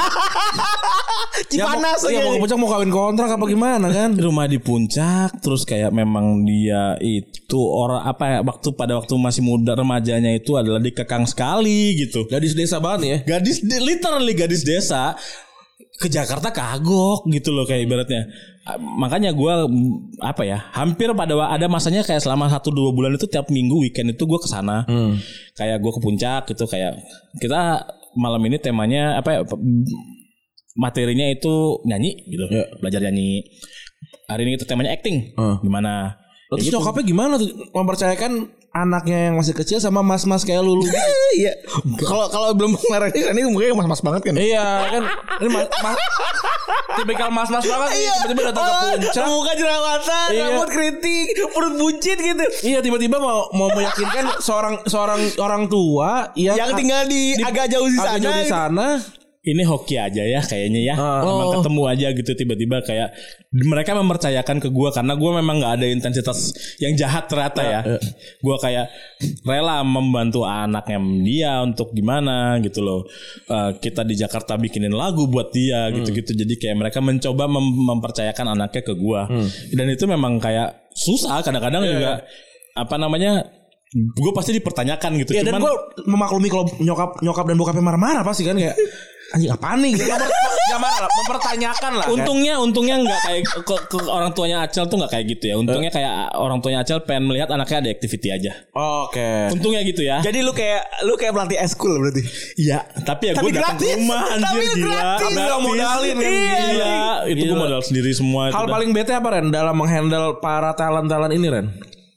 Cipanas ya, mau, ya, mau puncak mau kawin kontrak apa gimana kan? Rumah di puncak, terus kayak memang dia itu orang apa ya, waktu pada waktu masih muda remajanya itu adalah dikekang sekali gitu. Gadis desa banget ya. Gadis literally gadis desa ke Jakarta kagok gitu loh kayak ibaratnya. Makanya gue apa ya, hampir pada ada masanya kayak selama satu dua bulan itu tiap minggu weekend itu gue kesana. Hmm. Kayak gue ke puncak gitu, kayak kita malam ini temanya apa ya, materinya itu nyanyi gitu, ya. Belajar nyanyi. Hari ini kita temanya acting. Hmm. Gimana? Terus gitu. Nyokapnya gimana tuh mempercayakan anaknya yang masih kecil sama mas-mas kayak lu? Iya. Kalau kalau belum kemarin ini mungkin mas-mas banget kan? Iya kan. Ini mas, mas tipikal mas-mas banget. Iya. Tiba-tiba datang ke puncak. Muka jerawatan, iya. Rambut keriting, perut buncit gitu. Iya, tiba-tiba mau mau meyakinkan seorang seorang orang tua yang, yang tinggal di, di agak jauh di sana. Agak jauh di sana. Ini hoki aja ya kayaknya ya. Uh, Emang oh. ketemu aja gitu tiba-tiba kayak mereka mempercayakan ke gue karena gue memang nggak ada intensitas yang jahat ternyata ya. Uh, uh. Gue kayak rela membantu anaknya dia untuk gimana gitu loh. Uh, kita di Jakarta bikinin lagu buat dia hmm. gitu-gitu. Jadi kayak mereka mencoba mem- mempercayakan anaknya ke gue. Hmm. Dan itu memang kayak susah kadang-kadang uh. juga apa namanya. Gue pasti dipertanyakan gitu. Ya, cuman dan gue memaklumi kalau nyokap nyokap dan bokapnya marah-marah pasti kan kayak anjing apaan nih gitu. Gak marah lah, mempertanyakan lah. Untungnya kan? untungnya nggak kayak ke, ke orang tuanya Acel tuh nggak kayak gitu ya. Untungnya uh. kayak orang tuanya Acel pengen melihat anaknya ada activity aja. Oh, Oke. Okay. Untungnya gitu ya. Jadi lu kayak lu kayak pelatih eskul berarti. Iya. Tapi ya gue datang ke rumah anjir tapi gila. Tapi gak modalin kan. Iya. Gila. Itu gue modal sendiri semua. Hal paling bete apa Ren dalam menghandle para talent-talent ini Ren?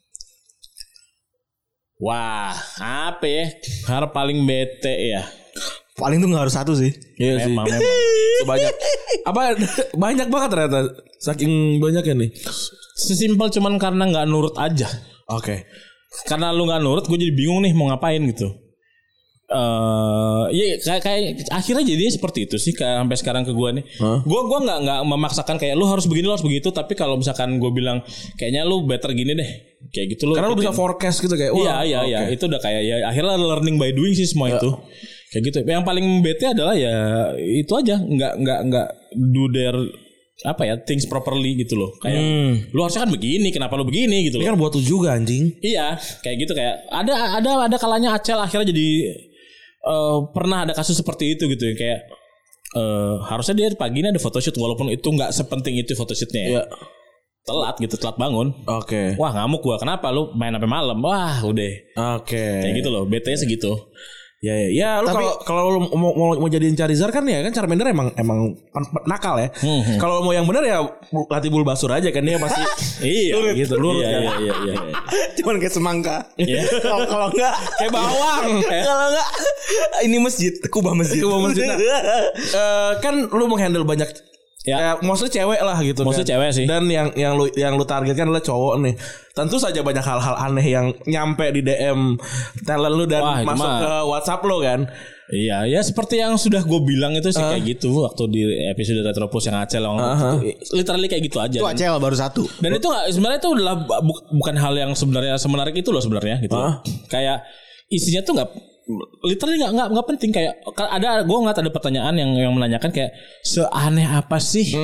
Wah, apa ya? Hal paling bete ya. Paling tuh nggak harus satu sih. Iya memang, sih. Memang. Sebanyak apa? Banyak banget ternyata. Saking banyaknya nih. Sesimpel cuman karena nggak nurut aja. Oke. Okay. Karena lu nggak nurut, gue jadi bingung nih mau ngapain gitu. Eh, uh, ya kayak, kayak akhirnya jadinya seperti itu sih kayak sampai sekarang ke gue nih. Huh? Gue gue nggak nggak memaksakan kayak lu harus begini, lu harus begitu. Tapi kalau misalkan gue bilang kayaknya lu better gini deh. Kayak gitu loh. Karena lu bisa forecast gitu kayak. Iya iya iya. Okay. Itu udah kayak ya akhirnya learning by doing sih semua ya. Itu. Kayak gitu. Yang paling bete adalah ya itu aja. Nggak nggak nggak do their apa ya things properly gitu loh. Kayak hmm. lu harusnya kan begini. Kenapa lu begini gitu loh. Ini kan buat lu juga anjing. Iya. Kayak gitu kayak ada ada ada kalanya Acel akhirnya jadi uh, pernah ada kasus seperti itu gitu ya kayak uh, harusnya dia pagi ini ada photoshoot walaupun itu nggak sepenting itu photoshootnya ya. Iya. Telat gitu, telat bangun. Oke. Okay. Wah ngamuk gua. Kenapa lu main sampai malam? Wah udah. Oke. Okay. Kayak gitu loh. B T segitu. Ya ya. Ya lu kalau kalau lu mau, mau mau jadiin Charizard kan ya kan Charmander emang emang nakal ya. Hmm, hmm. Kalau mau yang benar ya latih Bulbasaur aja kan dia pasti. Iya. Lurut gitu. Lurut iya, kan. Iya iya iya. Cuman kayak semangka. Iya. Kalau kalau enggak kayak bawang. Kalau enggak ini masjid, kubah masjid. Kubah masjid. Nah, uh, kan lu menghandle banyak ya, ya mostly cewek lah gitu mostly kan. Cewek sih. Dan yang yang lu yang lu targetkan adalah cowok nih. Tentu saja banyak hal-hal aneh yang nyampe di D M talent lu dan Wah, masuk mah. ke WhatsApp lu kan. Iya, ya seperti yang sudah gue bilang itu sih uh. kayak gitu waktu di episode Retropus yang Acel uh-huh. literally kayak gitu aja. Itu Acel kan. Baru satu. Dan itu gak, sebenarnya itu adalah bu- bukan hal yang sebenarnya semenarik itu loh sebenarnya gitu. Uh. Kayak isinya tuh nggak literally nggak nggak nggak penting kayak ada gue ngeliat ada pertanyaan yang yang menanyakan kayak seaneh apa sih hmm.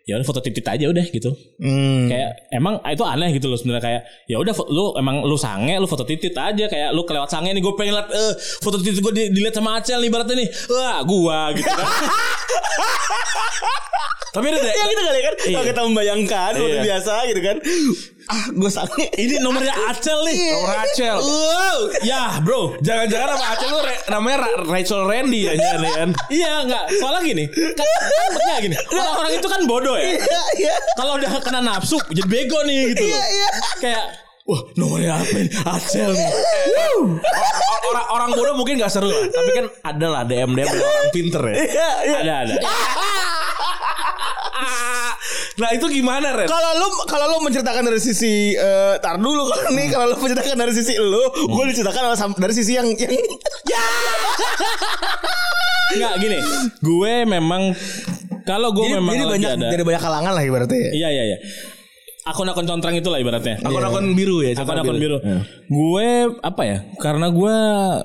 ya udah foto titit aja udah gitu. Hmm. Kayak emang itu aneh gitu loh sebenarnya, kayak ya udah lu emang lu sange lu foto titit aja, kayak lu kelewat sange nih gue pengen lihat uh, foto titit gue di, dilihat sama Acel nih ibaratnya nih. Wah, gua gitu kan. Tapi ada ya gitu kali kan. Kalau kita membayangkan udah biasa gitu kan. Ah, gue sange. Ini nomornya Acel nih. Nomor Acel. Wow. Ya, bro. Jangan-jangan sama Acel lu re, namanya Ra- Rachel Randy aja nih kan. Iya, enggak. Soalnya gini. Kan enggak gini. Orang-orang itu kan bodoh ya. Iya, iya. Kalau udah kena nafsu jadi bego nih gitu loh. Iya, iya. Kayak wah, nomornya apa ini? Acel nih. Orang orang bodoh mungkin gak seru lah, tapi kan ada lah D M D M orang pinter ya. Iya, iya. Ada ada. Nah itu gimana Ren? Kalau lu kalau lu menceritakan dari sisi uh, tar dulu kalau nih kalau lu menceritakan dari sisi lu, hmm. gue diceritakan dari sisi yang yang ya. Enggak gini. Gue memang kalau gue jadi, memang jadi banyak ada, dari banyak kalangan lah ibaratnya ya. Iya iya iya. Akun-akun contrang itulah ibaratnya. Akun-akun biru ya. Akun-akun biru. biru. Ya. Gue apa ya? Karena gue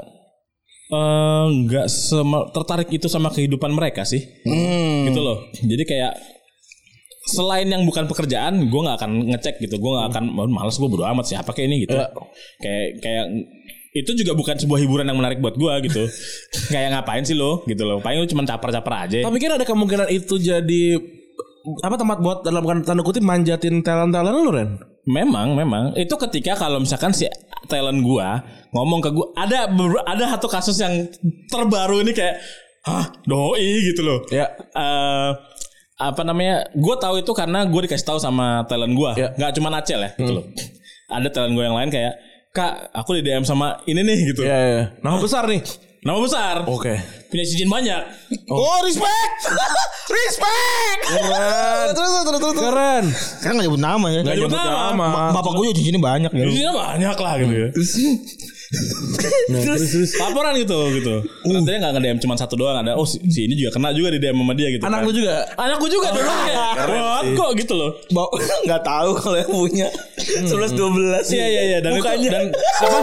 nggak uh, tertarik itu sama kehidupan mereka sih. Hmm. Gitu loh. Jadi kayak selain yang bukan pekerjaan, gue nggak akan ngecek gitu. Gue nggak akan, malas gue bodo amat siapa kayak ini gitu. Ya. Kayak kayak itu juga bukan sebuah hiburan yang menarik buat gue gitu. Kayak ngapain sih lo gitu loh. Paling lu cuma caper-caper aja. Tapi kan ada kemungkinan itu jadi apa tempat buat dalam tanda kutip manjatin talent-talent lu Ren? Memang, memang. Itu ketika kalau misalkan si talent gua ngomong ke gua, ada ada satu kasus yang terbaru ini kayak, hah, doi gitu loh. Ya. Uh, apa namanya? Gua tahu itu karena gua dikasih tahu sama talent gua. Ya. Gak cuma Acel ya, gitu hmm. loh. Ada talent gua yang lain kayak, Kak, aku di D M sama ini nih gitu. Iya, iya. Nama besar nih. Nama besar. Oke. Okay. Punya izin banyak. Oh, oh respect. Respect. Keren. Terus terus terus. Keren. Sekarang enggak nyebut nama ya. Enggak nyebut nama. nama. Bapak gue juga cincinnya banyak ya. Cincinnya banyak lah gitu ya. Nah, terus, terus laporan gitu gitu. Katanya enggak nge-D M cuma satu doang, ada oh si, si ini juga kena juga di D M sama dia gitu. Anak lu kan? juga. Anakku juga dulu kayak. Wah, kok gitu loh. Bau enggak tahu kalau yang punya sebelas dua belas. Iya iya iya dan mukanya. Itu, dan apa?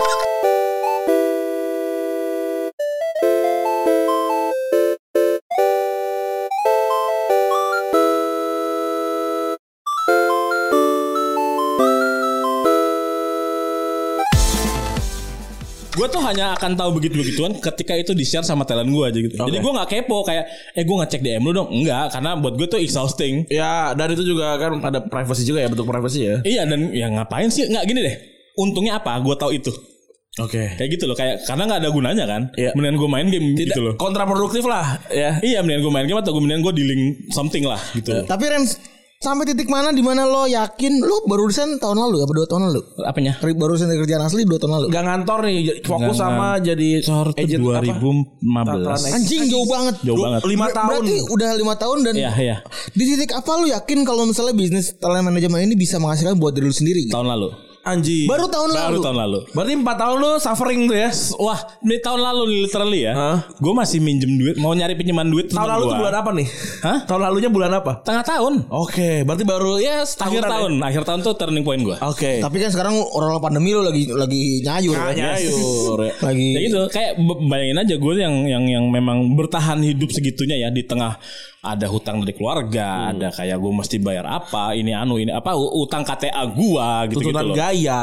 Gue tuh hanya akan tahu begitu-begituan ketika itu di-share sama talent gue aja gitu. Okay. Jadi gue gak kepo kayak eh gue ngecek D M lu dong. Enggak, karena buat gue tuh exhausting. Ya, dan itu juga kan ada privacy juga ya, bentuk privacy ya. Iya, dan ya ngapain sih? Enggak gini deh. Untungnya apa? Gue tahu itu. Oke. Okay. Kayak gitu loh, kayak karena gak ada gunanya kan. Yeah. Mendingan gue main game. Tidak, gitu loh. Kontraproduktif lah ya. Iya, mendingan gue main game atau gue mendingan gue dealing something lah gitu. Yeah. Tapi Ren, sampai titik mana di mana lo yakin lo baru resign tahun lalu apa dua tahun lalu? Apanya? Baru resign dari kerjaan asli dua tahun lalu. Gak ngantor nih, fokus Gak sama ngan. Jadi agent dua ribu lima belas. Anjing jauh banget. Jauh banget. lima tahun. Berarti udah lima tahun dan iya, iya. Di titik apa lo yakin kalau misalnya bisnis talent management ini bisa menghasilkan buat diri lo sendiri? Tahun lalu. Anjing. Baru tahun Baru lalu. Baru tahun lalu. Berarti empat tahun lu suffering tuh ya. Wah, ini tahun lalu literally ya. Huh? Gue masih minjem duit, mau nyari pinjaman duit. Tahun lalu tuh bulan apa nih? Hah? Tahun lalunya bulan apa? Tengah tahun. Oke, okay, berarti baru ya akhir tahun. Ya? Akhir tahun tuh turning point gue. Oke. Okay. Tapi kan sekarang orang pandemi lo lagi lagi nyayur. Nah, nyayur. lagi. Ya gitu, kayak bayangin aja gue yang yang yang memang bertahan hidup segitunya ya di tengah ada hutang dari keluarga, hmm. ada kayak gue mesti bayar apa, ini anu ini apa utang K T A gue gitu-gitu loh. Tuntutan gaya.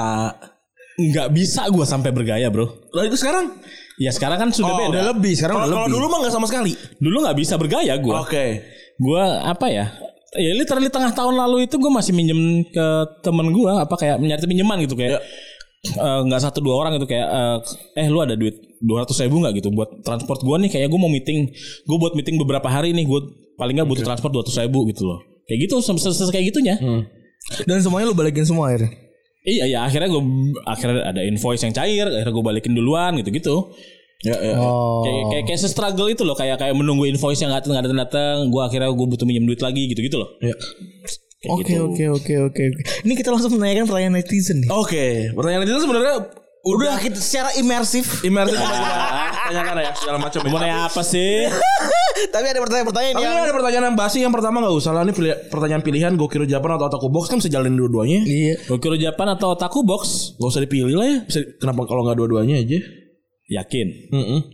Nggak bisa gue sampai bergaya bro. Lalu itu sekarang? Ya sekarang kan sudah oh, beda. Udah lebih sekarang. Kalau, udah kalau lebih. dulu mah nggak sama sekali. Dulu nggak bisa bergaya gue. Oke. Okay. Gue apa ya? Ya literally tengah tahun lalu itu gue masih minjem ke temen gue apa kayak nyari pinjaman gitu kayak nggak ya. uh, satu dua orang gitu kayak uh, eh lu ada duit dua ratus ribu nggak gitu buat transport gue nih kayak gue mau meeting gue buat meeting beberapa hari nih gue paling nggak butuh okay. transport dua ratus ribu gitu loh kayak gitu selesai kayak gitunya hmm. Dan semuanya lu balikin semua akhirnya. Iya ya akhirnya gue akhirnya ada invoice yang cair akhirnya gue balikin duluan gitu-gitu. Ya, ya. Oh. Kayak kayak kayak struggle itu loh kayak kayak menunggu invoice yang nggak datang datang datang. Gue akhirnya gue butuh minjem duit lagi gitu-gitu loh. Ya. Oke oke oke oke. Ini kita langsung menanyakan pertanyaan netizen nih. Oke, okay. Pertanyaan netizen sebenarnya udah, udah kita secara imersif. Imersif kita tanyakan ya segala macam. Mau nanya apa sih? Tapi ada pertanyaan-pertanyaan yang ada pertanyaan yang basi. Yang pertama enggak usah lah ini pilih, pertanyaan pilihan Gokiro Japan atau Otaku Box kan bisa jalanin dua-duanya. Iya. Gokiro Japan atau Otaku Box? Enggak usah dipilih lah ya. Bisa kenapa kalau enggak dua-duanya aja? Yakin? Heeh.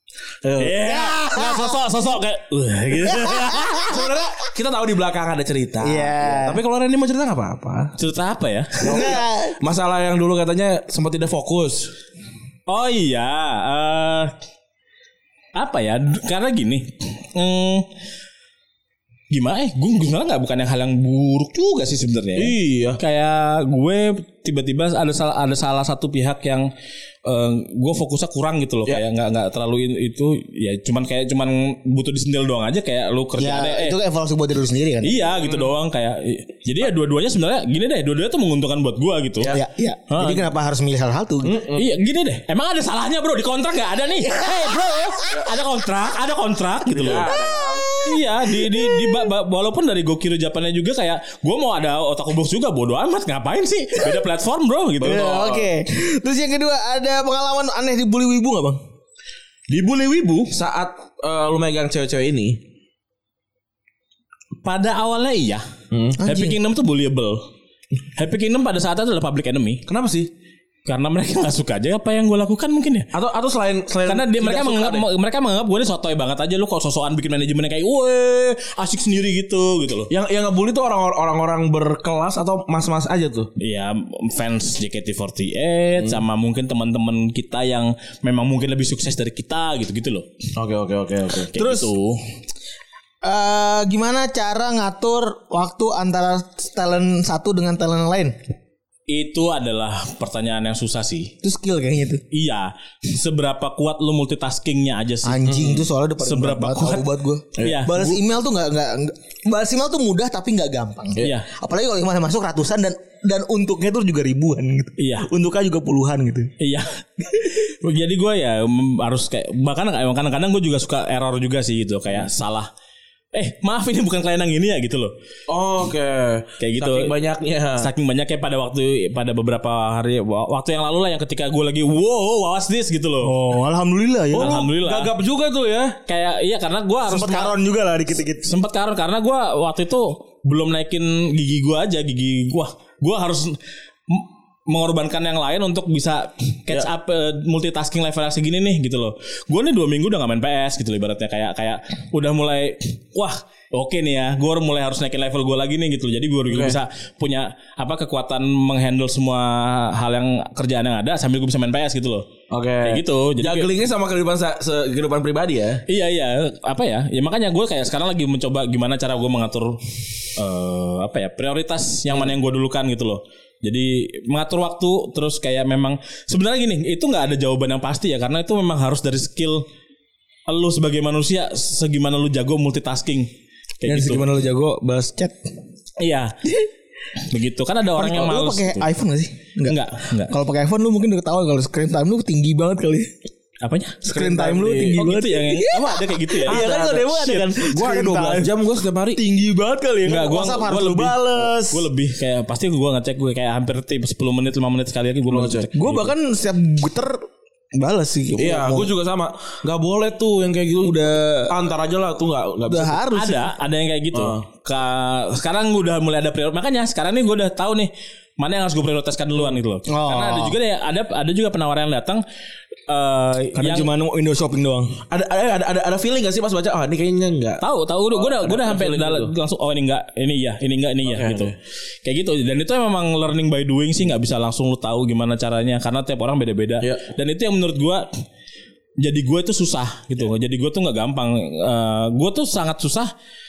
Iya. Nggak sosok-sosok kayak wah gitu. Sebenarnya kita tahu di belakang ada cerita. Iya. Tapi kalau Randy mau cerita nggak apa-apa. Cerita apa ya? Masalah yang dulu katanya sempat tidak fokus. Oh iya, eh apa ya? Karena gini, hmm, gimana? Eh, gue sebenarnya nggak bukan yang hal yang buruk juga sih sebenarnya. Iya. Kayak gue tiba-tiba ada salah ada salah satu pihak yang uh, gue fokusnya kurang gitu loh, Ya. kayak nggak nggak terlalu itu ya, cuman kayak cuman butuh disentil doang aja, kayak lu kerja Ya, deh, eh, itu evaluasi buat diri lu sendiri kan. iya gitu doang kayak. Jadi ya dua-duanya sebenarnya gini deh, dua-duanya tuh menguntungkan buat gue gitu. Iya, iya. Hah. Jadi kenapa harus milih salah satu? Gitu? Iya gini deh. Emang ada salahnya bro, di kontrak nggak ada nih. Hey bro, ada kontrak, ada kontrak gitu loh. Iya di di, di ba, ba, walaupun dari Gokiro Japannya juga kayak gue mau ada Otaku Box juga, bodo amat, ngapain sih, beda platform bro gitu. Ya, Oke. Terus yang kedua, ada pengalaman aneh dibully wibu gak bang? Dibully wibu Saat uh, lu megang cewek-cewek ini. pada awalnya iya. Hmm. Happy Anjing. Kingdom tuh bullyable. Happy Kingdom pada saat itu adalah public enemy Kenapa sih? karena mereka nggak suka aja apa yang gue lakukan mungkin ya. Atau atau selain selain Karena dia, tidak mereka suka menganggap deh. mereka menganggap gue ini sotoy banget aja, lu kok sosokan bikin manajemennya kayak weh asik sendiri gitu gitu loh. yang yang ngebully tuh orang orang-orang berkelas atau mas-mas aja tuh. Iya, fans J K T empat delapan sama mungkin teman-teman kita yang memang mungkin lebih sukses dari kita gitu-gitu loh. Oke oke oke oke. Kayak Terus, gitu. Eh, gimana cara ngatur waktu antara talent satu dengan talent lain? Itu adalah pertanyaan yang susah sih. Itu skill kayaknya tuh. Iya, seberapa kuat lu multitaskingnya aja sih. Anjing itu soalnya udah paling Seberapa berat kuat? banget buat gue. Iya. Balas email tuh nggak nggak nggak- balas email tuh mudah tapi nggak gampang. Iya. Apalagi kalau email masuk ratusan dan dan untuknya tuh juga ribuan gitu. Iya. Untuknya juga puluhan gitu. Iya. Jadi gue ya mm, harus kayak bahkan kadang-kadang gue juga suka error juga sih gitu, kayak salah. Eh maaf ini bukan klien yang ini ya gitu loh. Oke. Kayak gitu. Saking banyaknya. Saking banyaknya pada waktu pada beberapa hari waktu yang lalu lah, yang ketika gue lagi wow what's this gitu loh. Oh, alhamdulillah ya. Oh, Alhamdulillah. Gagap juga tuh ya. Kayak iya karena gue harus Sempat karon juga lah dikit-dikit. sempat karon karena gue waktu itu belum naikin gigi gue aja, gigi gue gue harus m- mengorbankan yang lain untuk bisa catch Ya. up uh, multitasking level yang segini nih gitu loh. Gue nih dua minggu udah gak main P S gitu loh, ibaratnya kayak kayak udah mulai wah oke nih ya, gue mulai harus naikin level gue lagi nih gitu loh. Jadi gue juga Oke. bisa punya apa kekuatan menghandle semua hal yang kerjaan yang ada sambil gue bisa main P S gitu loh. Oke. Kayak gitu. Jadi kayak- Jugglingnya sama kehidupan sa- se- kehidupan pribadi ya. Iya iya apa ya ya makanya gue kayak sekarang lagi mencoba gimana cara gue mengatur eh apa ya prioritas yang mana yang gue dulukan gitu loh. Jadi mengatur waktu, terus kayak memang sebenarnya gini, itu nggak ada jawaban yang pasti ya, karena itu memang harus dari skill lu sebagai manusia, segimana lu jago multitasking kayak Dan gitu. segimana lu jago balas chat. Iya. Begitu kan ada orang yang Lu malas pakai gitu. iPhone gak sih? Enggak, enggak. Kalau pakai iPhone lu mungkin udah ketawa kalau screen time lu tinggi banget kali. Apanya? Screen time lu tinggi Oh banget. gitu ya. Yang, oh ada kayak gitu ya. Iya kan kalau demo ada kan. Gue ada dua belas jam gue setiap hari. Tinggi banget kali ya. Enggak, gua WhatsApp gua harus lu lebih bales. Gue lebih kayak pasti gue ngecek, gue kayak hampir tiap sepuluh menit lima menit sekali lagi gue ngecek. Gue bahkan setiap geter balas sih. Iya, gue juga sama. Gak boleh tuh yang kayak gitu. udah Antar aja lah tuh nggak nggak udah bisa. harus. Ada, ada yang kayak gitu. Ka- sekarang gue udah mulai ada prioritas. Makanya sekarang nih gue udah tahu nih mana yang harus gue prioritaskan duluan gitu loh. Oh. Karena ada juga deh, ada ada juga penawaran yang datang eh Karena yang cuma window shopping doang. Ada ada ada ada, ada feeling gak sih pas baca? Ah ini kayaknya enggak. tahu tahu udah gue udah gue udah ada sampai feeling dal- gitu. langsung oh ini enggak, ini iya, ini enggak, ini iya Oke, gitu. oke. Kayak gitu. Dan itu memang learning by doing sih, nggak bisa langsung lu tahu gimana caranya karena tiap orang beda-beda. Iya. Dan itu yang menurut gue jadi gue itu susah gitu. Jadi gue tuh nggak gampang. Eh, gue tuh sangat susah.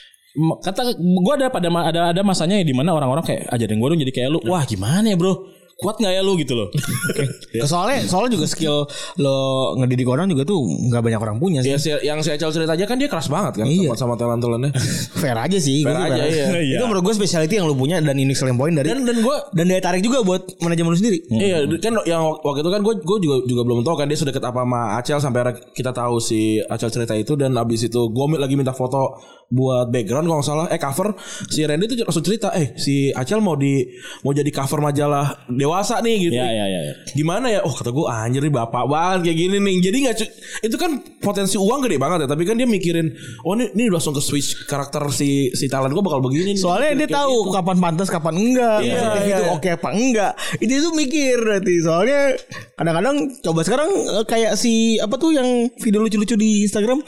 M- Kata gue ada pada ma- ada ada masanya di mana orang-orang kayak ajarin gue dong jadi kayak lu. Wah gimana ya bro? Kuat nggak ya lu gitu loh? Soalnya soalnya juga skill lo ngedidik orang juga tuh nggak banyak orang punya sih. Ya si, yang si Echel cerita aja kan dia keras banget kan Iya. sama, sama talent-talentnya. Fair aja sih. Fair Gua sih aja, iya. Iya. Itu menurut gue specialty yang lo punya dan unique selling point dari Dan dan gue dan daya tarik juga buat manajemen lo sendiri. Iya kan yang waktu itu kan gue gue juga juga belum tahu kan dia sudah deket apa sama Acel sampai akhirnya kita tahu si Acel cerita itu dan abis itu gue lagi minta foto buat background kalau nggak salah eh cover si Randy tuh langsung cerita eh si Acel mau di mau jadi cover majalah dewasa nih gitu. Ya, ya, ya, ya. Gimana ya? Oh kata gue anjir nih bapak banget kayak gini nih. Jadi nggak itu kan potensi uang gede banget ya. Tapi kan dia mikirin oh ini ini langsung ke switch karakter si si talent gue bakal begini. Soalnya nih, dia tahu gitu. Kapan pantas kapan enggak. Iya, iya, itu iya. Oke apa enggak. Itu itu mikir berarti. Soalnya kadang-kadang coba sekarang kayak si apa tuh yang video lucu-lucu di Instagram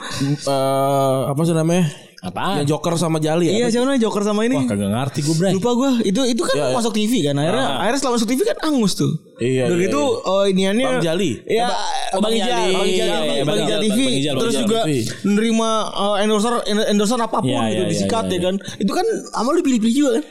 uh, apa sih namanya? Apaan? Yang Joker sama Jali ya? Iya siapa Joker sama ini? Wah kagak ngerti gue bro. Lupa gue. Itu itu kan ya, masuk T V kan. Akhirnya ah. akhirnya setelah masuk T V kan angus tuh. Iya. Udah iya, gitu iya. oh iniannya Bang Jali. Ya oh, Bang Ijal, Bang Ijal, Bang Ijal T V. Terus juga menerima uh, endorser endorser apapun ya, gitu ya, disikat ya, ya, ya kan. Itu kan amal dipilih-pilih juga kan.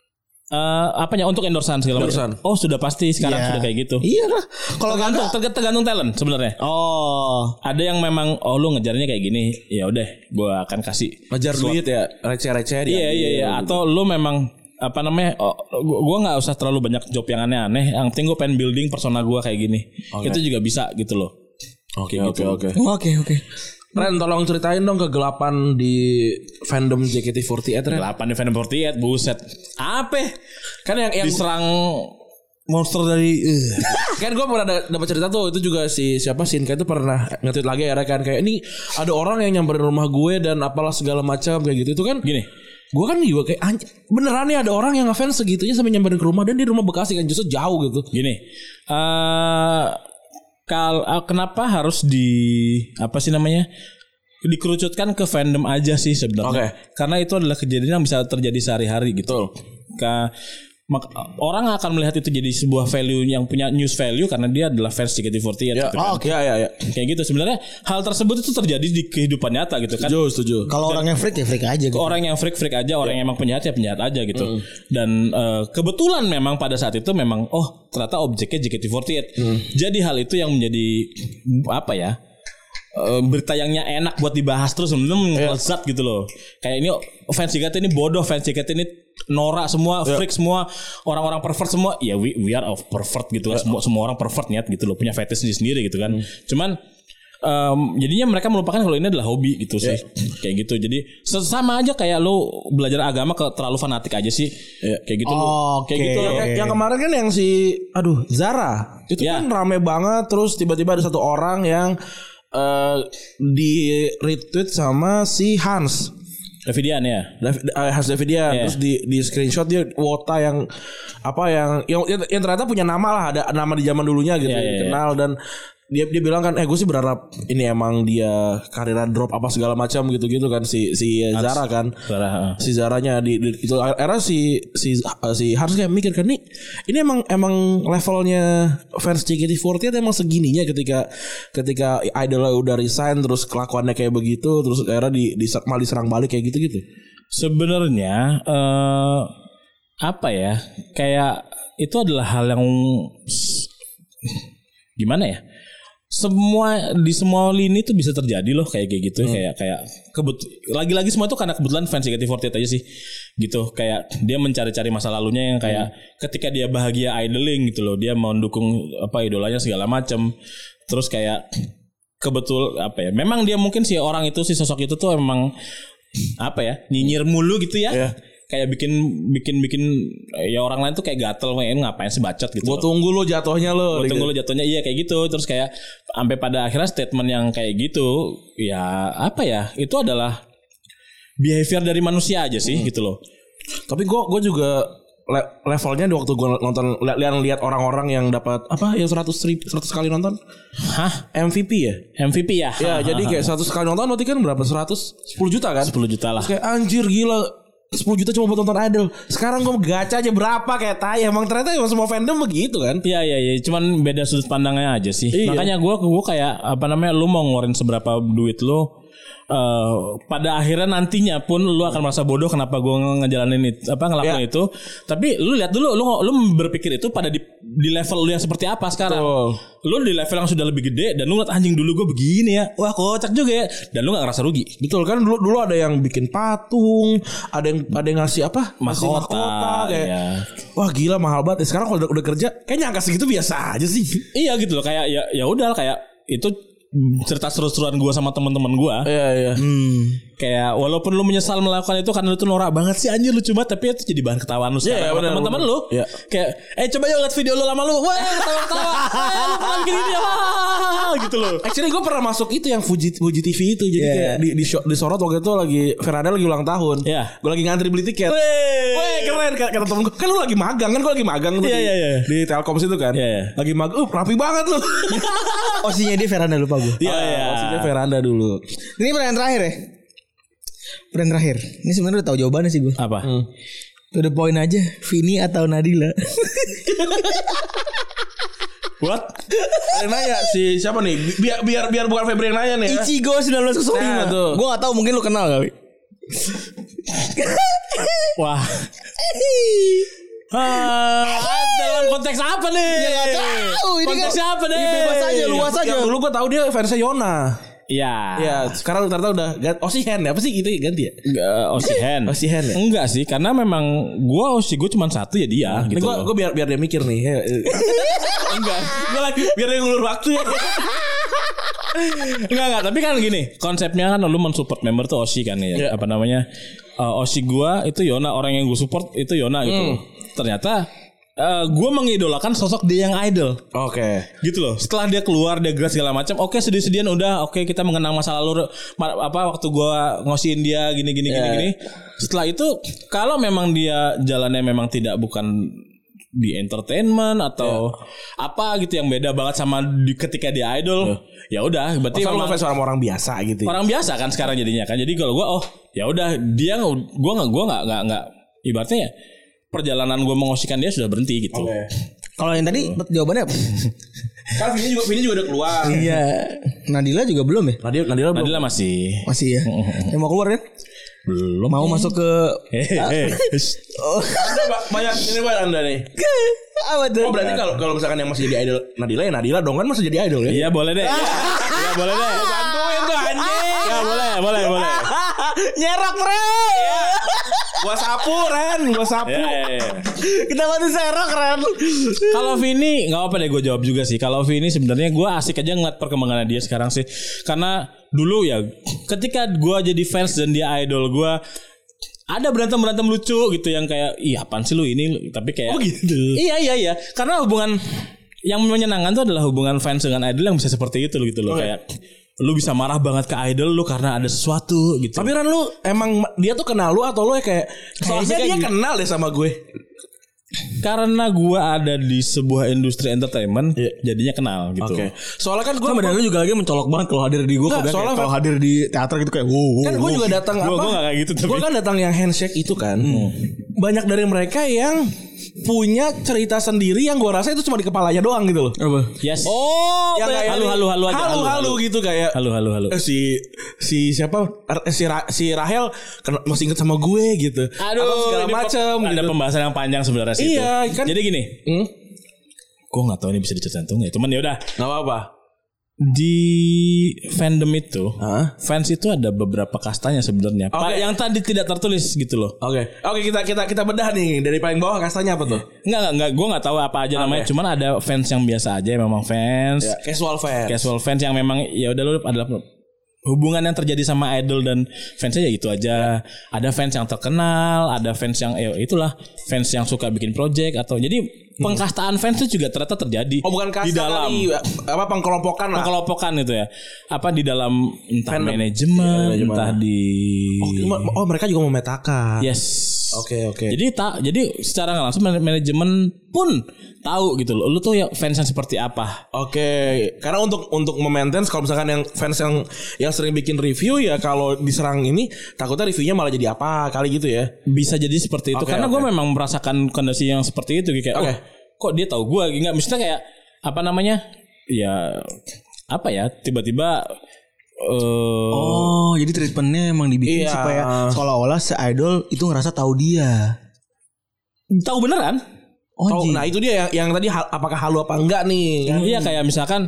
Uh, apanya untuk endorsan segala macam. Oh sudah pasti sekarang yeah. sudah kayak gitu. Iya lah. Kalau tergantung tergantung, tergantung talent sebenarnya. Oh. Ada yang memang oh lu ngejarnya kayak gini, ya udah gue akan kasih ngejar duit ya receh-receh dia. Iya iya iya. Atau lu memang apa namanya? Oh, gue nggak usah terlalu banyak job yang aneh-aneh. Yang penting gue pengen building persona gue kayak gini. Okay. Itu juga bisa gitu loh. Oke oke oke. Oke oke. Ren tolong ceritain dong kegelapan di fandom J K T empat delapan Ren. Kegelapan di fandom empat delapan buset. Apa? Kan yang, yang diserang monster dari uh. Kan gue pernah dapat cerita tuh itu juga si siapa Shinka itu pernah nge-tweet lagi ya kan kayak ini ada orang yang nyamperin rumah gue dan apalah segala macam kayak gitu. Itu kan gini. Gue kan juga kayak anj- beneran nih ada orang yang ngefans segitunya sampai nyamperin ke rumah dan di rumah Bekasi kan justru jauh gitu. Gini. Eh uh, Kal, kenapa harus di apa sih namanya dikerucutkan ke fandom aja sih sebenarnya? Okay. Karena itu adalah kejadian yang bisa terjadi sehari-hari gitu. Ka, mak, orang akan melihat itu jadi sebuah value yang punya news value karena dia adalah fans J K T empat delapan. Ya, gitu kan. Oh, oke okay, ya, ya. Kayak gitu sebenarnya hal tersebut itu terjadi di kehidupan nyata gitu kan. Setuju, setuju. Kalau orang yang freak ya freak aja gitu. Orang yang freak-freak aja, orang yeah. yang emang penjahat ya penjahat aja gitu. Mm. Dan uh, kebetulan memang pada saat itu memang oh ternyata objeknya J K T empat delapan. Mm. Jadi hal itu yang menjadi apa ya? Uh, berita yangnya enak buat dibahas terus sebenarnya lezat gitu loh. Kayak ini fans J K T ini bodoh, fans J K T ini norak semua, yeah. freak semua, orang-orang pervert semua. Ya we, we are of pervert gitu kan. Yeah. Semua semua orang pervert niat gitu loh, punya fetish sendiri gitu kan. Hmm. Cuman um, jadinya mereka melupakan kalau ini adalah hobi gitu sih. Yeah. Kayak gitu. Jadi sama aja kayak lo belajar agama ke terlalu fanatik aja sih. Yeah. Kayak gitu oh, lo. Okay. Kayak gitu. Yang, yang kemarin kan yang si aduh Zara itu yeah. kan rame banget terus tiba-tiba ada satu orang yang Uh, di retweet sama si Hans Davidian ya Dav, uh, Hans Davidian yeah. Terus di di screenshot dia wota yang apa yang yang, yang ternyata punya nama lah, ada nama di zaman dulunya gitu yeah, yeah, dikenal yeah. Dan dia dia bilang kan eh gue sih berharap ini emang dia karirnya drop apa segala macam gitu-gitu kan si si Hans, Zara kan Zara, uh. si Zaranya di, di itu era si si si Hans kayak mikir kan nih ini emang emang levelnya fans J K T empat delapan emang segininya ketika ketika idolnya udah resign terus kelakuannya kayak begitu terus era di, di malah diserang balik kayak gitu-gitu. Sebenarnya uh, apa ya kayak itu adalah hal yang gimana ya? Semua di semua lini itu bisa terjadi loh kayak kayak gitu hmm. kayak kayak kebut lagi-lagi semua itu karena kebetulan fans J K T empat delapan aja sih gitu kayak dia mencari-cari masa lalunya yang kayak hmm. ketika dia bahagia idling gitu loh dia mau mendukung apa idolanya segala macam terus kayak kebetul apa ya memang dia mungkin si orang itu si sosok itu tuh emang apa ya nyinyir mulu gitu ya yeah. Kayak bikin bikin bikin ya orang lain tuh kayak gatel ngapain sih bacot gitu. Gue tunggu lo jatuhnya lo. Gue tunggu lo jatuhnya iya kayak gitu. Terus kayak sampai pada akhirnya statement yang kayak gitu ya apa ya itu adalah behavior dari manusia aja sih hmm. gitu loh. Tapi gue gue juga le- levelnya di waktu gue nonton lihat lihat orang-orang yang dapat apa yang seratus kali nonton. Hah? M V P ya? M V P ya. Ya jadi kayak seratus kali nonton berarti kan berapa seratus sepuluh juta kan? sepuluh juta lah. Terus kayak anjir gila. sepuluh juta cuma buat nonton idol. Sekarang gue gacha aja berapa kayak tai. Emang ternyata emang semua fandom begitu kan. Iya iya iya. Cuman beda sudut pandangnya aja sih. Iya. Makanya gue gue kayak apa namanya lu mau ngeluarin seberapa duit lu Uh, pada akhirnya nantinya pun lu akan merasa bodoh kenapa gue ngejalanin itu apa ngelakuin yeah. itu. Tapi lu lihat dulu lu lu berpikir itu pada di, di level lu yang seperti apa sekarang. Oh. Lu di level yang sudah lebih gede dan lu ngeliat anjing dulu gue begini ya. Wah kocak juga ya. Dan lu gak ngerasa rugi. Betul kan dulu dulu ada yang bikin patung, ada yang ada yang ngasih apa? Mahkota, mahkota kayak. Iya. Wah gila mahal banget. Sekarang kalau udah, udah kerja kayaknya angka segitu biasa aja sih. Iya gitu loh kayak ya ya udah kayak itu cerita seru-seruan gue sama teman-teman gue. Iya iya. Hmm. kayak walaupun lu menyesal melakukan itu karena lu tuh norak banget sih anjir lucu banget tapi itu jadi bahan ketawaan lu sekarang yeah, teman-teman lu. Yeah. Kayak eh coba yuk lihat video lu lama lu. Wah, ketawa-ketawa. Eh, lu kan gini dia. Gitu loh. Actually gue pernah masuk itu yang Fuji Fuji T V itu jadi yeah. kayak di di, show, di sorot waktu itu lagi Fernanda lagi ulang tahun. Yeah. Gue lagi ngantri beli tiket. Weh, keren kata temen gue. Kan lu lagi magang kan gue lagi magang tuh yeah, di, yeah, yeah. di Telkom situ kan. Yeah, yeah. Lagi magang. Uh, rapi banget lu. Osinya dia Fernanda lupa gue. Iya, yeah, yeah. Osinya Fernanda dulu. Ini pertanyaan terakhir ya. Pertanyaan terakhir. Ini sebenarnya udah tahu jawabannya sih gue. Apa? Hmm. To the point aja. Vini atau Nadila? What? Yang nanya si siapa nih? Biar biar biar bukan Febri yang nanya nih. Ya. Ichigo seribu sembilan ratus lima. Nah, gue gak tahu mungkin lu kenal kali. Wah. Ah, dalam konteks apa nih? Ya gak tahu. Ini konteks kan, apa nih? Bebas aja, luas aja. Yang dulu gue tahu dia fansnya Yona. Iya. Iya, sekarang ternyata udah Osihen ya. Apa sih gitu ganti ya? Enggak, Osihen. Osihen ya? Enggak sih, karena memang gua Osi gua cuma satu ya dia nah, gitu. Gua gua biar biar dia mikir nih. Enggak. Gua lagi biar dia ngulur waktu ya. Enggak enggak, tapi kan gini, konsepnya kan lu mensupport member tuh Osi kan ya. Yeah. Apa namanya? Uh, Osi gua itu Yona, orang yang gua support itu Yona gitu. Hmm. Ternyata Uh, gue mengidolakan sosok dia yang idol. Oke. Okay. Gitu loh. Setelah dia keluar dia gerak segala macam. Oke okay, sedih-sedihan udah. Oke okay, kita mengenang masa lalu. Apa waktu gue ngosiin dia gini-gini yeah. gini-gini. Setelah itu kalau memang dia jalannya memang tidak bukan di entertainment atau yeah. apa gitu yang beda banget sama di, ketika dia idol. Ya udah. Berarti memang fans orang-orang biasa gitu. Orang biasa kan sekarang jadinya kan. Jadi kalau gue oh ya udah dia gue nggak gue nggak nggak nggak ibaratnya ya. Perjalanan gue mengosikan dia sudah berhenti gitu. Okay. Kalau yang tadi jawabannya apa? Kan Vini juga Vini juga udah keluar. Iya. Nadila juga belum ya? Nadila Nadila, Nadila masih. Masih ya. Yang mau keluar kan? Belum. Mau masuk ke Hehehe. Oh, Anda banyak ini banyak Anda nih. Apa tuh? Oh berarti kalau kalau misalkan yang masih jadi idol Nadila ya Nadila dong kan masih jadi idol ya? Iya boleh deh. Iya boleh deh. Bantuin tuh anjing. Ya boleh, boleh, boleh. Nyerok Ren. Gua sapu Ren, gua sapu. Ya, ya, ya. Kita bantu serok Ren. Kalau Vini nggak apa deh gue jawab juga sih. Kalau Vini sebenarnya gue asik aja ngeliat perkembangannya dia sekarang sih. Karena dulu ya ketika gue jadi fans dan dia idol gue ada berantem-berantem lucu gitu yang kayak ih apaan sih lu ini tapi kayak oh gitu. Iya iya iya. Karena hubungan yang menyenangkan tuh adalah hubungan fans dengan idol yang bisa seperti itu gitu loh. Oh, kayak lu bisa marah banget ke idol lu karena ada sesuatu gitu. Tapi Ran lu emang dia tuh kenal lu atau lu kayak soalnya dia gitu. Kenal deh sama gue. Karena gue ada di sebuah industri entertainment, yeah. jadinya kenal gitu. Oke. Okay. Soalnya kan gue kan lu juga lagi mencolok banget kalau hadir di gue. Nah, soalnya kalau hadir di teater gitu kayak wow. Kan gue juga datang apa? Gue gak kayak gitu. Tapi... Gue kan datang yang handshake itu kan. Hmm. Banyak dari mereka yang punya cerita sendiri yang gue rasa itu cuma di kepalanya doang gitu loh. Apa? Yes. Oh, yang kayak halu halu halu aja. Halu halu gitu kayak. Halu halu halu. Eh, si si siapa? Si Ra, si Rahel masih inget sama gue gitu. Aduh, atau segala macam. Ada gitu. Pembahasan yang panjang sebenarnya sih. Iya, itu. Kan. Jadi gini. Hmm? Gue nggak tahu ini bisa diceritain tuh nggak. Cuman ya udah. Nggak apa-apa. Di fandom itu, huh? fans itu ada beberapa kastanya sebenarnya. Okay. Yang tadi tidak tertulis gitu loh. Oke, okay. oke okay, kita kita kita bedah nih dari paling bawah kastanya apa tuh? Enggak enggak enggak, gue nggak tahu apa aja okay. namanya. Cuman ada fans yang biasa aja, memang fans. Yeah, casual fans. Casual fans yang memang ya udah lu adalah hubungan yang terjadi sama idol dan fansnya ya itu aja. Yeah. Ada fans yang terkenal, ada fans yang eh itulah fans yang suka bikin project atau jadi pengkastaan fans itu juga ternyata terjadi. Oh bukan kasta di dalam kali, apa pengkelompokan lah. Pengkelompokan itu ya. Apa di dalam entah fandom. Manajemen, ya, entah di oh, oh mereka juga memetakan. Yes. Oke okay, oke. Okay. Jadi tak jadi secara nggak langsung manajemen pun tahu gitu loh. Lu tuh ya fans yang seperti apa. Oke. Okay. Karena untuk untuk memaintain kalau misalkan yang fans yang yang sering bikin review ya kalau diserang ini takutnya reviewnya malah jadi apa kali gitu ya. Bisa jadi seperti itu okay, karena okay. gue memang merasakan kondisi yang seperti itu kayak okay. oh, kok dia tahu gue nggak misalnya kayak apa namanya ya apa ya tiba-tiba uh, oh jadi treatmentnya emang dibikin iya. supaya seolah-olah si idol itu ngerasa tahu dia tahu beneran oh tahu, nah itu dia yang yang tadi hal, apakah halu apa enggak nih hmm. iya kayak misalkan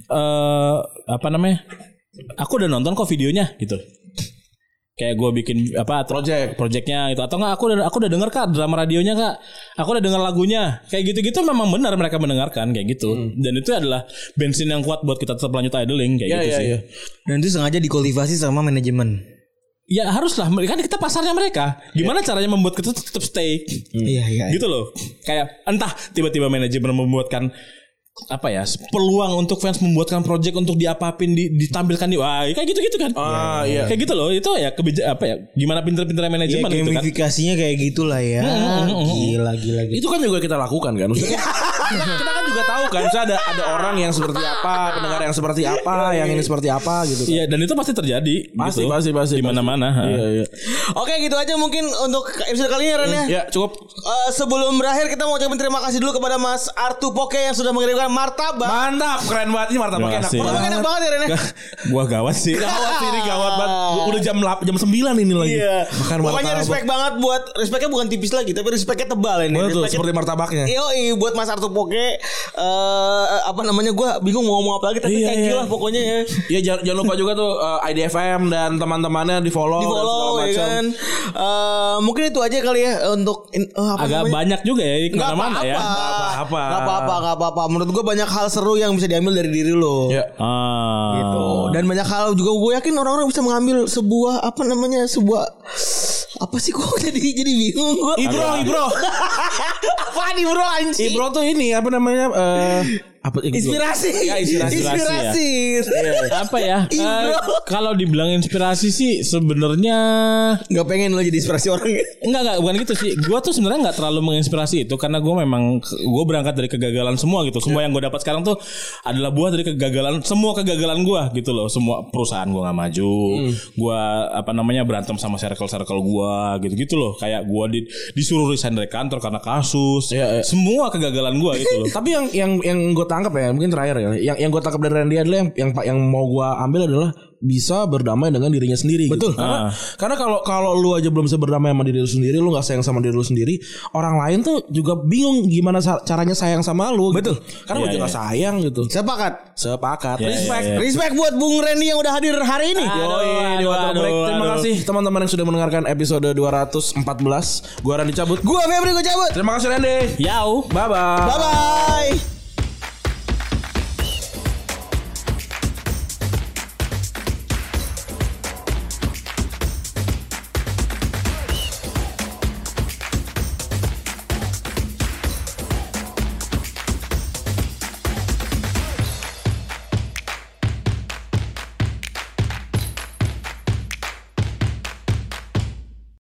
uh, apa namanya aku udah nonton kok videonya gitu kayak gue bikin apa project projectnya itu atau enggak aku udah aku udah denger kak drama radionya kak aku udah denger lagunya kayak gitu-gitu memang benar mereka mendengarkan kayak gitu hmm. dan itu adalah bensin yang kuat buat kita tetap lanjut idling kayak yeah, gitu yeah, sih yeah. dan itu sengaja dikultivasi sama manajemen ya haruslah kan kita pasarnya mereka. Gimana yeah. caranya membuat kita tetap stay? Iya iya. Gitu loh. Kayak entah tiba-tiba manajemen membuatkan apa ya peluang untuk fans membuatkan project untuk diapapin di, ditampilkan di wah kayak gitu-gitu kan. Ah iya. Kayak gitu loh. Itu ya kebijak apa ya? Gimana pinter-pinternya manajemen ya, gitu kan. gamifikasinya kayak gitulah ya. Hmm, gila gila gitu. Itu kan juga kita lakukan kan. Maksudnya kita kan juga tahu kan ada ada orang yang seperti apa, pendengar yang seperti apa, yang ini seperti apa gitu kan. Iya, dan itu pasti terjadi. Pasti gitu. pasti pasti di mana-mana. Iya iya. Oke, gitu aja mungkin untuk episode kali ini Ren ya. Ya, cukup. Uh, sebelum berakhir kita mau ucapin terima kasih dulu kepada Mas Artu Poke yang sudah mengirimkan martabak. Mantap, keren banget ini martabak enak. Martabak enak banget ya Ren ya. Gua gawat sih. Gawat sih ini gawat banget. Udah jam jam sembilan ini lagi. Iya. Makan pokoknya martabak. respect banget buat respectnya bukan tipis lagi tapi respectnya tebal ini. Betul, Respect seperti martabaknya. Iya, buat Mas Artu Poke uh, apa namanya gue bingung mau ngomong apa lagi tapi iya, kayak iya. gila pokoknya ya. Iya jangan, jangan lupa juga tuh uh, I D F M dan teman-temannya di follow. Di follow ya kan. Uh, mungkin itu aja kali ya untuk uh, apa agak namanya? Banyak juga ya di mana-mana ya. Gak apa-apa. Gak apa-apa, gak apa-apa. Menurut gue banyak hal seru yang bisa diambil dari diri lo. Ya. Ah. Gitu. Dan banyak hal juga gue yakin orang-orang bisa mengambil sebuah apa namanya sebuah apa sih kok jadi jadi bingung gue. Ibro, Ibro. Apaan Ibro anjing? Ibro tuh ini apa namanya? Uh, apa inspirasi. Ya, inspirasi. Inspirasi. Ya. Apa ya? Uh, kalau dibilang inspirasi sih sebenarnya nggak pengen lo jadi inspirasi orang ya? Enggak enggak bukan gitu sih. Gue tuh sebenarnya nggak terlalu menginspirasi itu karena gue memang gue berangkat dari kegagalan semua gitu. Semua yang gue dapat sekarang tuh adalah buah dari kegagalan semua kegagalan gue gitu loh. Semua perusahaan gue nggak maju. Hmm. Gue apa namanya berantem sama circle-circle gue gitu-gitu loh. Kayak gue di, disuruh resign dari kantor karena kasus. Ya, ya. Semua kegagalan gue gitu loh. Tapi yang yang yang gue tangkap ya mungkin terakhir ya. Yang yang gue tangkap dari Randy adalah yang yang yang mau gue ambil adalah bisa berdamai dengan dirinya sendiri. Betul. Gitu. Karena ah. karena kalau kalau lu aja belum bisa berdamai sama diri lu sendiri, lu nggak sayang sama diri lu sendiri, orang lain tuh juga bingung gimana caranya sayang sama lu. Betul. Gitu. Karena ya, lu juga ya. sayang gitu. Sepakat. Sepakat. Ya, Respect. ya, ya. Respect buat Bung Randy yang udah hadir hari ini. Aduh, Yoi, di aduh, Water aduh, Break. Terima aduh. kasih teman-teman yang sudah mendengarkan episode dua ratus empat belas. Gua Randy cabut. Gua Febri gua cabut. Terima kasih Randy. Yau. Bye bye. Bye bye.